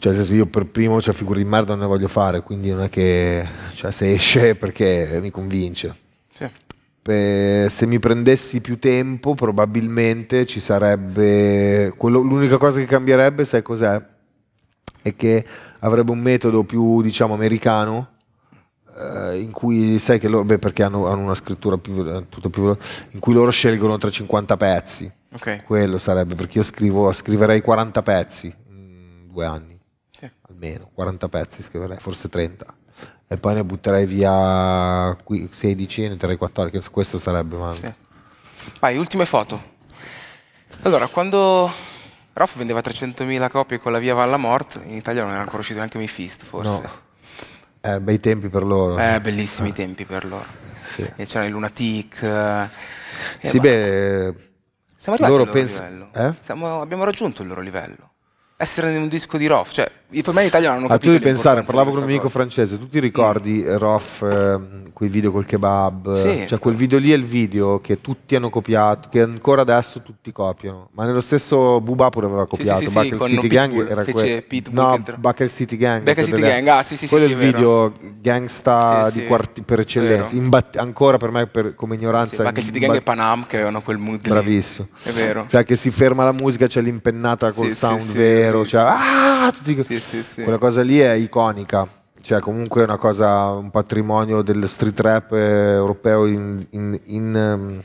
Cioè, nel senso, io per primo, cioè, figure di merda non ne voglio fare, quindi non è che, cioè, se esce perché mi convince. Sì. Per, se mi prendessi più tempo, probabilmente ci sarebbe, quello, l'unica cosa che cambierebbe, sai cos'è? È che avrebbe un metodo più, diciamo, americano, eh, in cui, sai che loro, beh, perché hanno, hanno una scrittura più, tutto più, in cui loro scelgono tra cinquanta pezzi. Ok. Quello sarebbe, perché io scrivo, scriverei quaranta pezzi in due anni. Almeno quaranta pezzi scriverei, forse trenta, e poi ne butterei via sedici e ne terrei quattordici. Questo sarebbe male. Sì. Vai, ultime foto. Allora, quando Rof vendeva trecentomila copie con la Via Valla Mort, in Italia non era ancora uscito neanche Mi Fist, forse. No. Eh, bei tempi per loro. Eh, bellissimi eh. tempi per loro. Sì. E c'erano i Lunatic. Eh, sì, beh, siamo arrivati loro al loro pens- livello. Eh? Siamo, abbiamo raggiunto il loro livello. Essere in un disco di Rof, cioè per me in Italia non hanno ah, capito. Tu devi pensare, parlavo con con un mio amico cosa. francese, tu ti ricordi mm. Rof, eh, quei video col kebab? Sì. Cioè quel video lì è il video che tutti hanno copiato, che ancora adesso tutti copiano, ma nello stesso Booba pure aveva copiato. Sì, sì, sì, Buckle con City Pitbull, Gang era fece que- Pitbull no, che entra- Buckle City Gang. Buckle City delle- Gang, ah sì sì quello sì, è il sì, video gangsta sì, di sì, quarti per eccellenza, vero. Imbat- ancora per me per, come ignoranza. Sì, Buckle City Gang e Panam che avevano quel mood lì. Bravissimo. È vero. Cioè che si ferma la musica, c'è l'impennata col Sì, sound sì, sì, vero, cioè, bellissimo. ah, tutti- Sì, sì, sì. quella cosa lì è iconica, cioè comunque è una cosa, un patrimonio del street rap eh, europeo in, in, in, um,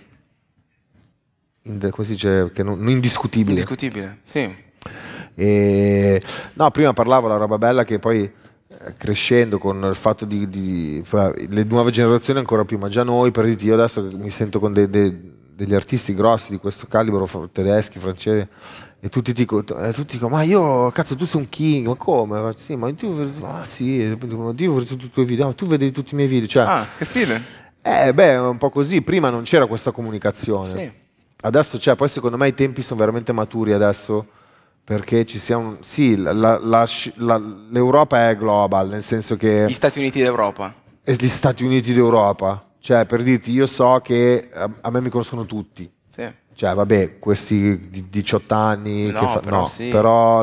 in come si dice, che non, non indiscutibile. Indiscutibile, sì. E, no, prima parlavo la roba bella che poi eh, crescendo con il fatto di, di le nuove generazioni ancora più, ma già noi, per dirti, io adesso mi sento con dei, dei, degli artisti grossi di questo calibro, tedeschi, francesi, e tutti dicono, eh, tutti dicono, ma io, cazzo, tu sei un king, ma come? Ma sì, ma tu, ah sì, io ho visto tutti i tuoi video, ah, tu vedi tutti i miei video, cioè, Ah, che stile. eh, beh, un po' così, prima non c'era questa comunicazione, Sì. Adesso c'è, poi secondo me i tempi sono veramente maturi adesso, perché ci sia un, sì, la, la, la, la, l'Europa è global, nel senso che Gli Stati Uniti d'Europa. e gli Stati Uniti d'Europa, cioè per dirti, io so che a, a me mi conoscono tutti. Sì. Cioè, vabbè, questi di diciotto anni, No, che fa- però no, sì. però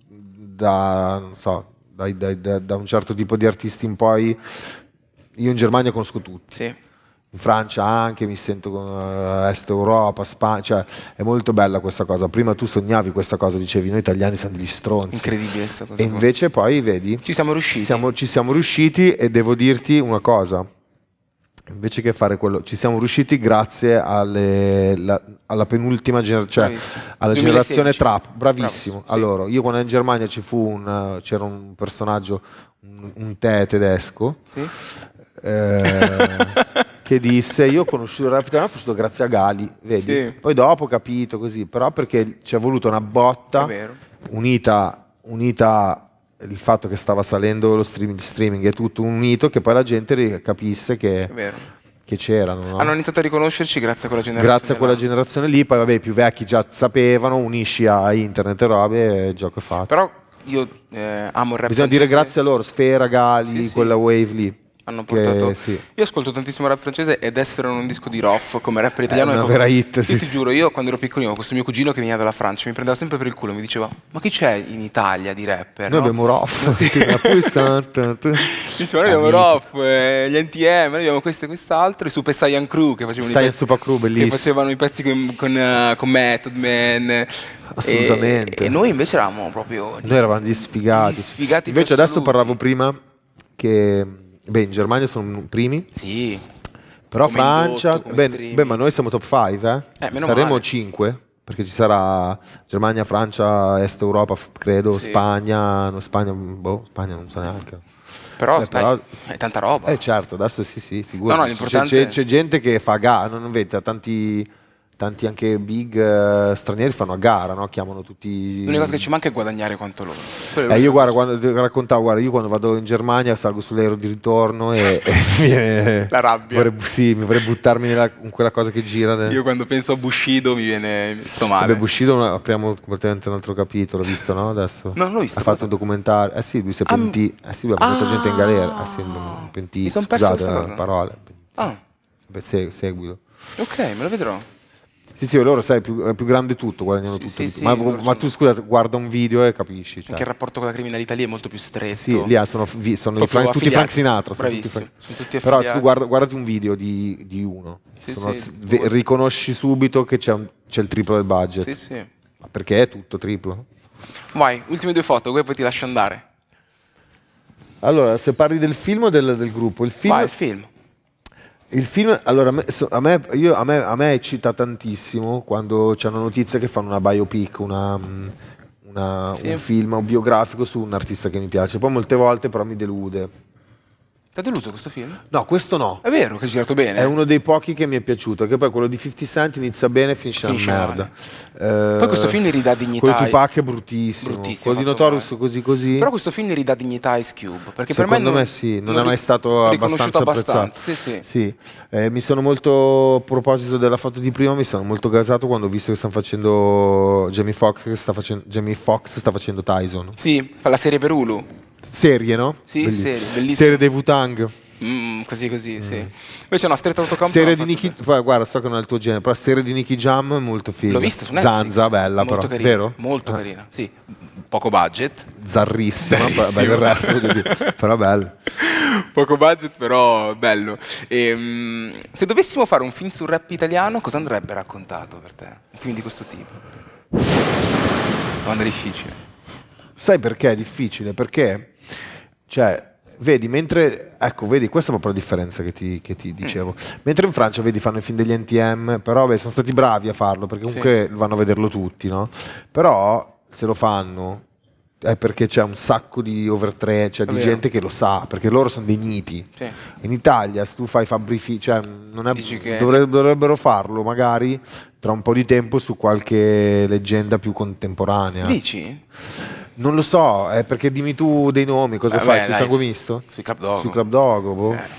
da, non so, dai- dai- da, da un certo tipo di artisti in poi, io in Germania conosco tutti, Sì. in Francia anche, mi sento con uh, Est Europa, Spagna, cioè è molto bella questa cosa. Prima tu sognavi questa cosa, dicevi, noi italiani siamo degli stronzi. Incredibile questa cosa E qua. invece poi, vedi, Ci siamo riusciti. siamo- ci siamo riusciti e devo dirti una cosa. Invece che fare quello, ci siamo riusciti grazie alle, la, alla penultima generazione, cioè Bravissimo. alla duemilasedici. generazione trap, bravissimo. Bravissimo, sì. Allora, io quando ero in Germania ci fu un, c'era un personaggio, un, un tè tedesco, Sì. eh, che disse, io ho conosciuto il rap italiano, ho conosciuto grazie a Gali, vedi? Sì. Poi dopo ho capito così, però perché ci è voluta una botta È vero. unita, unita il fatto che stava salendo lo streaming, il streaming è tutto unito, che poi la gente ri- capisse che, È vero. che c'erano, no? Hanno iniziato a riconoscerci grazie a quella generazione. Grazie a quella là. generazione lì, poi vabbè i più vecchi già sapevano, unisci a internet e robe e il gioco è fatto. Però io eh, amo il rap Bisogna dire francese. grazie a loro, Sfera, Gali, Sì, sì. quella wave lì. Hanno che, portato. sì. Io ascolto tantissimo rap francese ed essere in un disco di Rof come rapper italiano È una proprio- vera hit, Io sì, ti sì. giuro, io quando ero piccolino, questo mio cugino che veniva dalla Francia mi prendeva sempre per il culo, mi diceva: ma chi c'è in Italia di rapper? Noi no? abbiamo Rof, Sì. Diceva, Diceva, noi abbiamo Rof, eh, gli N T M, noi abbiamo questo e quest'altro, i Super Saiyan Crew che facevano, i Saiyan pezzi, Super Crew, bellissimo. che facevano i pezzi con, con, eh, con Method Man. eh, Assolutamente. E, e noi invece eravamo proprio. Noi eravamo gli sfigati. Gli sfigati Invece più adesso assoluti. parlavo prima che, beh, in Germania sono primi, Sì. però Come Francia, indotto, come beh, streaming. beh, ma noi siamo top cinque, eh? Eh, meno Saremo male. cinque, perché ci sarà Germania, Francia, Est Europa, f- credo, Sì. Spagna, no, Spagna, boh, Spagna non so neanche. Però, Eh, però- dai, è tanta roba. Eh certo, adesso sì sì, figurati. No, no, C'è- l'importante- c'è, c'è gente che fa a gara, non vedi, tanti, tanti anche big eh, stranieri fanno a gara, no? Chiamano tutti... L'unica cosa che ci manca è guadagnare quanto loro. Quello è Eh, io l'unica guarda, cosa. quando ti raccontavo, guarda, io quando vado in Germania salgo sull'aereo di ritorno e, e mi viene- La rabbia. vorrei, sì, mi vorrei buttarmi nella, in quella cosa che gira. nel- Io quando penso a Bushido mi viene mi sto male. Vabbè, Bushido una- apriamo completamente un altro capitolo, visto, no? Adesso No, non l'ho visto. ha fatto un documentario. Eh sì, lui si è Ah, pentito. Eh sì, lui ha mandato ah. gente in galera. Eh sì, un pentito. Mi son perso Scusate questa le cosa. parole. Ah, Vabbè, se- seguilo. ok, me lo vedrò. Sì, sì, loro sai, è più, è più grande tutto, guadagnano Sì, tutto. sì, di- sì, ma, loro ma tu sono- scusa, guarda un video e capisci. Cioè. Anche il rapporto con la criminalità lì è molto più stretto. Sì, lì ah, sono, vi- sono i Proprio Frank- tutti affiliati. Frank Sinatra. Sono tutti Bravissimo, Frank- sono tutti Però se affiliati. tu guarda, guardati un video di, di uno, Sì, sono- sì, ve- molto. riconosci subito che c'è, un- c'è il triplo del budget. Sì, sì. Ma perché è tutto triplo? Vai, ultime due foto, poi ti lascio andare. Allora, se parli del film o del, del gruppo? Il film, Vai, il film. il film allora, a me, so- a me- io- a me- a me eccita tantissimo quando c'è una notizia che fanno una biopic, una, mm, una- Sì. un film un biografico su un artista che mi piace. Poi molte volte però mi delude. Ti ha deluso questo film? No, questo no. È vero che è girato bene. È uno dei pochi che mi è piaciuto, che poi quello di fifty Cent inizia bene e finisce, Finisce una male. merda. Eh, Poi questo film gli ridà dignità Quello di ai- Tupac è bruttissimo. Bruttissimo, Quello di fatto Notorious male. così così. Però questo film gli ridà dignità a Ice Cube. Perché Secondo per me, non, me sì, non, è ri- mai stato riconosciuto abbastanza apprezzato. Sì, sì. Sì. Eh, mi sono molto, a proposito della foto di prima, mi sono molto gasato quando ho visto che stanno facendo Jamie Foxx che sta facendo, Jamie Foxx sta facendo Tyson. Sì, fa la serie per Hulu. Serie, no? Sì, Belli- serie, bellissima. Serie dei Wu-Tang. Mm, così così, sì. Invece no, Stretta Autocampo. Serie l'hanno di fatto Nicky, poi, guarda, so che non è il tuo genere, però serie di Nicky Jam è molto figa. bene. L'ho vista su Netflix. Zanza, bella Molto però, carina. vero? Molto Ah, carina, sì. Poco budget. Zarrissima, Zarrissima. vabbè, del resto, voglio dire, però bella. Poco budget, però bello. Ehm, se dovessimo fare un film sul rap italiano, cosa andrebbe raccontato per te? Un film di questo tipo? Domanda difficile. Sai perché è difficile? Perché, cioè, vedi, mentre, ecco, vedi, questa è proprio la differenza che ti, che ti dicevo. Mentre in Francia, vedi, fanno i film degli N T M, però, beh, sono stati bravi a farlo, perché comunque vanno a vederlo tutti, no? Però, se lo fanno, è perché c'è un sacco di overtrade, cioè È di vero. gente che lo sa, perché loro sono dei miti. Sì. In Italia, se tu fai Fabri Fi- cioè, non è- Dici che- dovre- dovrebbero farlo magari tra un po' di tempo su qualche leggenda più contemporanea. Dici? Non lo so, è perché dimmi tu dei nomi, cosa Vabbè, fai sul dai, sangue misto? Sui Club Dogo. Sui Club Dogo, boh. Eh.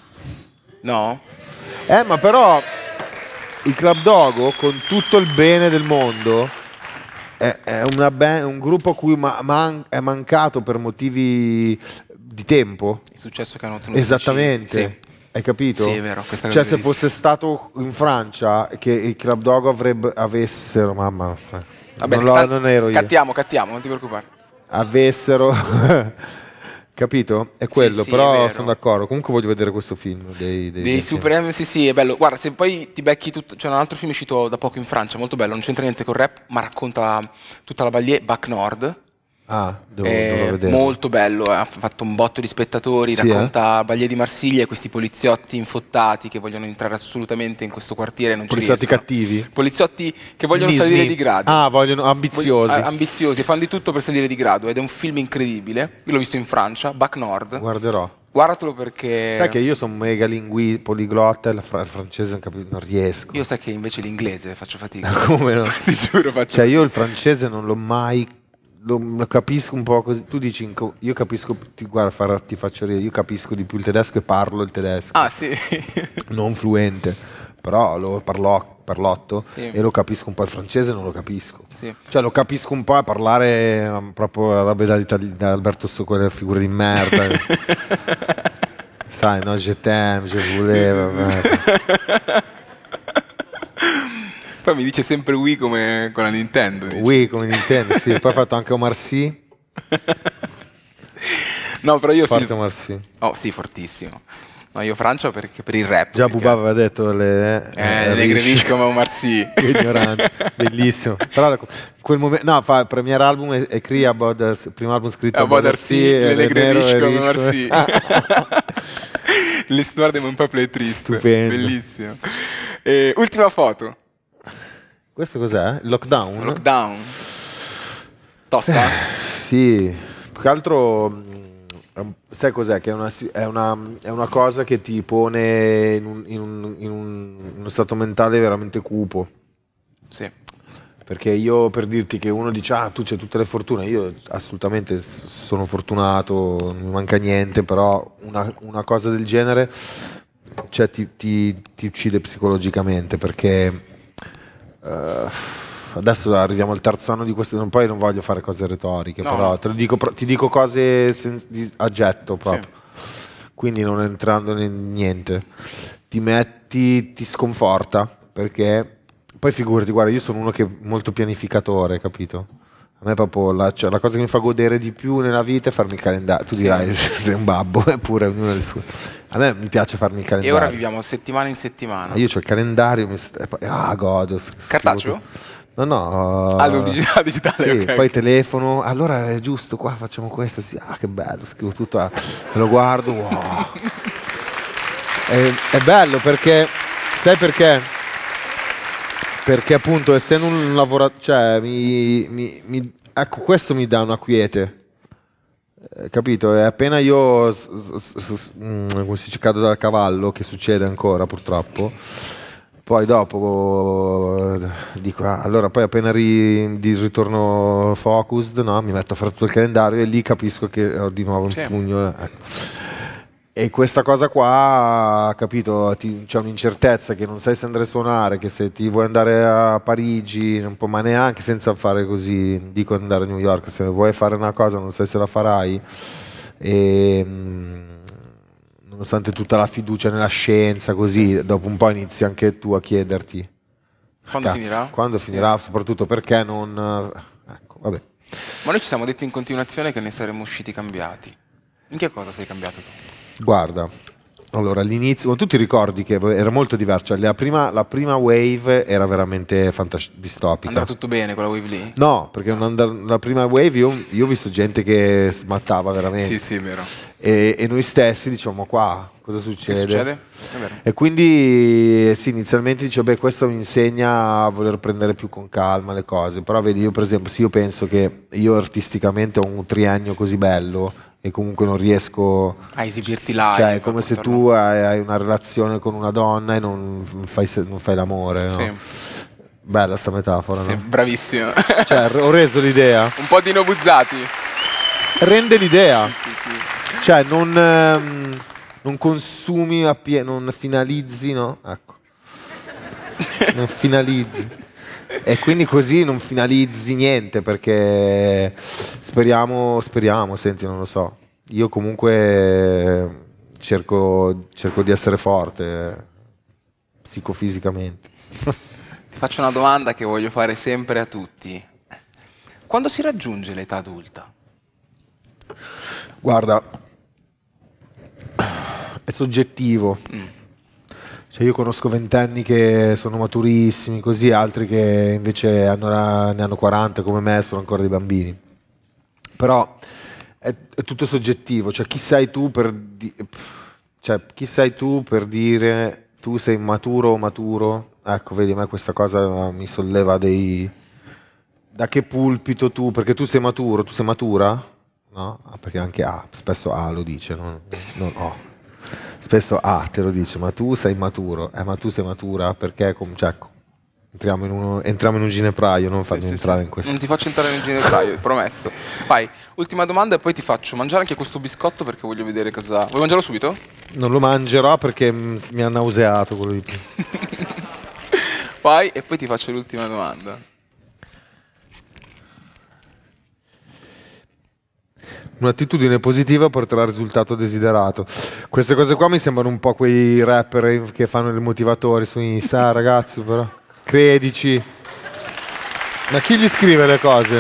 No? Eh, ma però il Club Dogo, con tutto il bene del mondo, è, è una ba- un gruppo a cui ma- man- è mancato per motivi di tempo. Il successo che hanno ottenuto. Esattamente. Sì. Hai capito? Sì, è vero, questa Cioè, cosa se è verissima. fosse stato in Francia che i Club Dogo avrebbe, avessero, mamma, Vabbè, non, lo- tant- non ero io. Cattiamo, cattiamo, non ti preoccupare. Avessero capito? È quello, sì, è però vero. sono d'accordo. Comunque voglio vedere questo film dei, dei, Dei dei Super M, sì, sì, è bello. Guarda, se poi ti becchi tutto. C'è un altro film uscito da poco in Francia, molto bello, non c'entra niente col rap, ma racconta tutta la Balie, Bac Nord. Ah, devo, È devo vedere. molto bello, ha fatto un botto di spettatori, Sì, racconta Balie di Marsiglia e questi poliziotti infottati che vogliono entrare assolutamente in questo quartiere e non Poliziotti ci riescono. cattivi? Poliziotti che vogliono Disney. salire di grado. Ah, vogliono ambiziosi. Voglio- ah, ambiziosi, fanno di tutto per salire di grado ed è un film incredibile. Io l'ho visto in Francia, Bac Nord. Guarderò. Guardatelo perché Sai che io sono mega lingui poliglotta e la fra- il francese non, capi- non riesco. io sai che invece l'inglese faccio fatica. Come no? Ti giuro, faccio Cioè io il francese non l'ho mai lo, lo capisco un po' così. Tu dici inco- io capisco ti, guarda, far- ti faccio ridere, io capisco di più il tedesco e parlo il tedesco. Ah, sì. Non fluente, però lo parlo, parlotto Sì. e lo capisco un po'. Il francese non lo capisco. Sì. Cioè lo capisco un po' a parlare um, proprio la roba da, da Alberto Socco, figure di merda. Sai, no, je t'aime, je voulais, vabbè. Poi mi dice sempre Wii come con la Nintendo. dice. Oui, come Nintendo, sì. Poi ha fatto anche Omar Sy. No, però io Forte sì. Omar Sy. Oh, sì, fortissimo. No, io Francia perché per il rap. Già perché- Bubba aveva detto le... Eh, le grenisce come Omar Sy. Che ignoranza, bellissimo. Però da quel momento, no, fa il premier album e, e crea About the- il primo album scritto A Bodar Sy, Sy, e le Nero grenisce e come Rich Omar come- Sy. L'histoire de mon peuple est triste. Stupendo. Bellissimo. E, ultima foto. Questo cos'è? Il lockdown? Lockdown. Tosta? Sì, più che altro mh, è un- sai cos'è? Che è una, si- è, una, è una cosa che ti pone in, un, in, un, in un- in uno stato mentale veramente cupo. Sì. Perché io, per dirti che uno dice ah tu c'hai tutte le fortune, io assolutamente s- sono fortunato, non mi manca niente, però una, una cosa del genere cioè, ti, ti- ti uccide psicologicamente perché eh, adesso arriviamo al terzo anno di questo, non, poi non voglio fare cose retoriche, No, però no. te lo dico, pro- ti dico cose sen- di- a getto proprio, quindi non entrando in niente, ti metti, ti sconforta perché Poi figurati, guarda, io sono uno che è molto pianificatore, capito? A me proprio la, cioè, la cosa che mi fa godere di più nella vita è farmi il calendario. Tu dirai, sei un babbo, eppure ognuno ha il suo. A me mi piace farmi il calendario. E ora viviamo settimana in settimana. Io ho il calendario, mi st- ah, godo. Cartaceo? No, no. Ah, digitale, digitale, sì, okay. Poi telefono, allora è giusto, qua facciamo questo, sì. Ah, che bello, scrivo tutto, ah, me lo guardo, wow. è, è bello perché, sai perché? Perché appunto essendo un lavoratore, cioè, mi, mi, mi, ecco, questo mi dà una quiete. Capito? E appena io s- s- s- mm, come si dice, cado dal cavallo, che succede ancora purtroppo, poi dopo eh, dico ah, allora poi appena ri- di ritorno focused, no, mi metto a fare tutto il calendario e lì capisco che ho di nuovo un Sì. pugno, ecco. E questa cosa qua, capito, ti- c'è un'incertezza che non sai se andare a suonare, che se ti vuoi andare a Parigi, non può, ma neanche senza fare così, dico andare a New York, se vuoi fare una cosa non sai se la farai. E, mh, nonostante tutta la fiducia nella scienza, così, dopo un po' inizi anche tu a chiederti. Quando cazzo, finirà? Quando Sì. finirà, soprattutto perché non... Ecco, vabbè. Ma noi ci siamo detti in continuazione che ne saremmo usciti cambiati. In che cosa sei cambiato tu? Guarda, allora all'inizio, tu ti ricordi che era molto diverso, cioè, la, prima, la prima wave era veramente fantas- distopica. Andrà tutto bene quella wave lì? No, perché non and- la prima wave io, io ho visto gente che smattava veramente. Sì, sì, è vero. E, e noi stessi diciamo qua, cosa succede? Che succede? È vero. E quindi sì, inizialmente dicevo, beh, questo mi insegna a voler prendere più con calma le cose, però vedi, io per esempio, se io penso che io artisticamente ho un triennio così bello e comunque non riesco A esibirti live. cioè è come se portarlo- tu hai, hai una relazione con una donna e non fai, se- non fai l'amore, no? Sì. Bella sta metafora, Sì, no? bravissimo. Cioè, ho reso l'idea. Un po' di nobuzzati. Rende l'idea. Sì, sì. Cioè, non, ehm, non consumi a pie- non finalizzi, no? Ecco. Non finalizzi. E quindi così non finalizzi niente, perché speriamo, speriamo, senti, non lo so. Io comunque cerco, cerco di essere forte psicofisicamente. Ti faccio una domanda che voglio fare sempre a tutti. Quando si raggiunge l'età adulta? Guarda, è soggettivo. Mm. Cioè io conosco ventenni che sono maturissimi, così, altri che invece hanno la- ne hanno quaranta come me, sono ancora dei bambini. Però è, è tutto soggettivo, cioè chi sei tu per di- cioè, chi sei tu per dire tu sei maturo o maturo? Ecco, vedi, a me questa cosa mi solleva dei... Da che pulpito tu? Perché tu sei maturo, tu sei matura? No? Ah, perché anche A, spesso A lo dice, non, non O. Spesso A te lo dice, ma tu sei maturo. Eh, ma tu sei matura perché, com- cioè, ecco, entriamo in, uno, entriamo in un ginepraio, non farmi Sì, sì, entrare sì. in questo. Non ti faccio entrare in un ginepraio, promesso. Vai, ultima domanda e poi ti faccio mangiare anche questo biscotto perché voglio vedere cosa... Vuoi mangiarlo subito? Non lo mangerò perché mm, mi ha nauseato quello di più. Vai e poi ti faccio l'ultima domanda. Un'attitudine positiva porterà al risultato desiderato. Queste cose qua mi sembrano un po' quei rapper che fanno i motivatori su Insta, ah, ragazzi, però credici. Ma chi gli scrive le cose?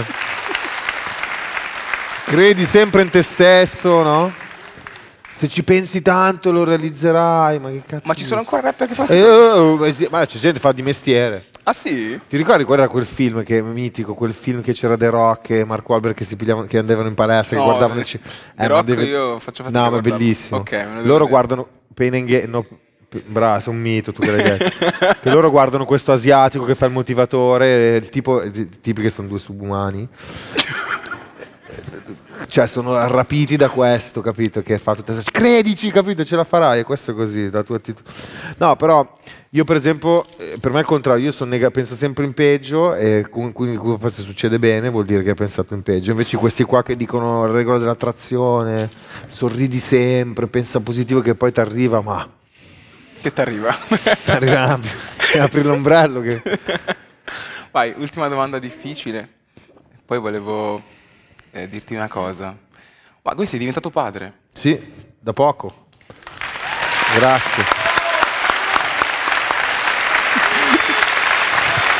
Credi sempre in te stesso, no? Se ci pensi tanto lo realizzerai, ma che cazzo. Ma ci sono ancora rapper che fanno Eh, queste cose? oh, oh, ma sì, ma c'è gente che fa di mestiere. Ah sì? Ti ricordi qual era quel film che è mitico, quel film che c'era The Rock e Mark Wahlberg che si pigliavano, che andavano in palestra, No, che guardavano il The ci- Rock ma deve- io faccio fatica No, a ma è guardarlo. bellissimo. Ok, me lo devo loro vedere. guardano Pain and Gain, no, p- brava, sei un mito tu che l'hai detto. Che loro guardano questo asiatico che fa il motivatore, e il tipo, i tipi che sono due subumani. Cioè sono rapiti da questo, capito? Che ha fatto credici, capito? Ce la farai, e questo è così, la tua attitudine. No, però io per esempio, eh, per me è il contrario, io sono nega- penso sempre in peggio e con- quindi poi se succede bene vuol dire che hai pensato in peggio. Invece questi qua che dicono la regola dell'attrazione, sorridi sempre, pensa positivo che poi ti arriva, ma Che ti arriva? t'arriva a apri l'ombrello che... Vai, ultima domanda difficile. Poi volevo eh, dirti una cosa. Ma voi sei diventato padre? Sì, da poco. Grazie.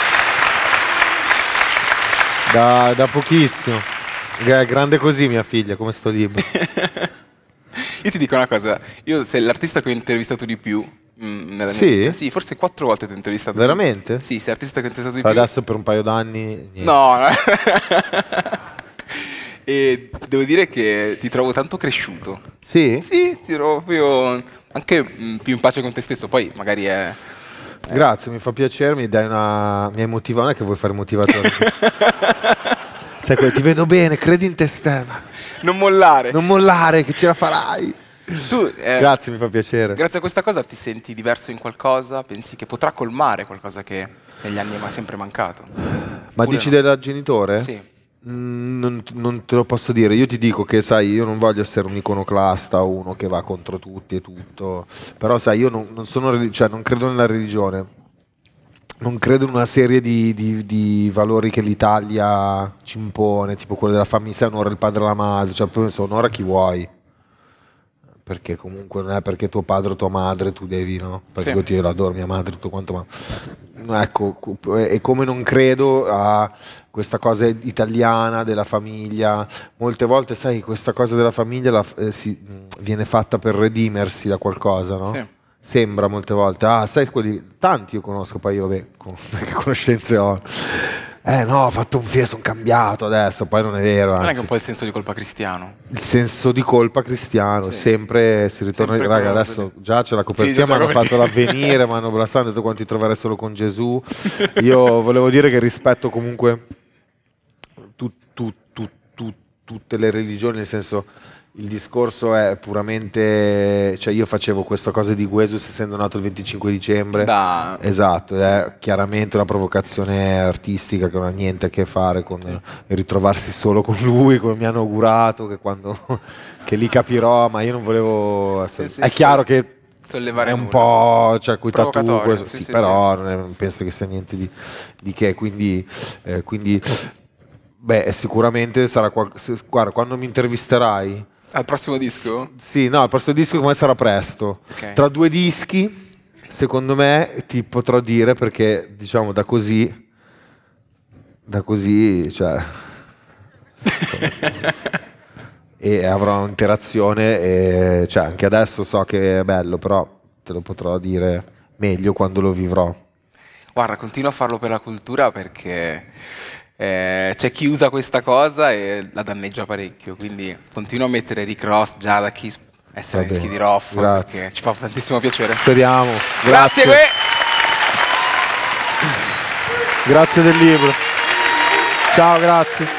Da, da pochissimo. È grande così mia figlia, come sto libro. Io ti dico una cosa, io sei l'artista che ho intervistato di più mh, nella mia Sì? vita. Sì, forse quattro volte ti ho intervistato. Veramente? Sì, sei l'artista che ho intervistato di Per più. adesso per un paio d'anni niente. No, no. E devo dire che ti trovo tanto cresciuto. Sì? Sì, ti trovo proprio anche mh, più in pace con te stesso. Poi magari è... Grazie, mi fa piacere, mi dai una... mi hai motivato, non è che vuoi fare motivatore. Sai quello, ti vedo bene, credi in te Stefano. Non mollare. Non mollare, che ce la farai. Tu, eh, Grazie, mi fa piacere. grazie a questa cosa ti senti diverso in qualcosa? Pensi che potrà colmare qualcosa che negli anni è sempre mancato? Ma Oppure dici no? del genitore? Sì. Mm, non, non te lo posso dire, io ti dico che sai, io non voglio essere un iconoclasta o uno che va contro tutti e tutto, però sai, io non, non sono relig- cioè, non credo nella religione, non credo in una serie di, di- di valori che l'Italia ci impone, tipo quello della famiglia, sai, onora il padre e la madre, cioè poi onora chi vuoi, perché comunque non è perché tuo padre o tua madre tu devi, no? Perché Sì. io ti adoro mia madre tutto quanto, ma ecco, cu- e come non credo a questa cosa italiana della famiglia, molte volte sai questa cosa della famiglia la- eh, si- mh, viene fatta per redimersi da qualcosa, no? Sì. Sembra molte volte, ah sai quelli, tanti io conosco, poi io vabbè, con- che conoscenze ho, eh no, ho fatto un fiero, sono cambiato adesso, poi non è vero, Non è che anzi. un po' il senso di colpa cristiano? Il senso di colpa cristiano, Sì. sempre si ritorna. Sempre Raga, quello, adesso sì. già c'è la Sì, copertina, già mi c'è la hanno fatto copertina. l'avvenire, mi hanno blastato, hanno detto quando ti troverai solo con Gesù. Io volevo dire che rispetto comunque tu- tu- tu- tu- tutte le religioni, nel senso il discorso è puramente, cioè io facevo questa cosa di Jesus essendo nato il venticinque dicembre. Da... Esatto, è chiaramente una provocazione artistica che non ha niente a che fare con il ritrovarsi solo con lui, come mi hanno augurato, che quando che lì capirò, ma io non volevo essere... Sì, sì, è sì. chiaro che Sollevare è un nulla. po', cioè qui tu Provocatorio, questo, sì, sì, sì, però non è- penso che sia niente di, di che, quindi, eh, quindi beh, sicuramente sarà qual- se- guarda, quando mi intervisterai, Al prossimo disco? sì, no, il prossimo disco come sarà presto. Ok. Tra due dischi, secondo me, ti potrò dire perché, diciamo, da così, da così, cioè, e avrò un'interazione e, cioè, anche adesso so che è bello, però te lo potrò dire meglio quando lo vivrò. Guarda, continuo a farlo per la cultura perché eh, c'è chi usa questa cosa e la danneggia parecchio, quindi continuo a mettere Rick Ross, Jadakiss, essere Va dischi bene. di Roth Grazie. perché ci fa tantissimo piacere. Speriamo. Grazie, Grazie, Gue! grazie del libro. Ciao, grazie.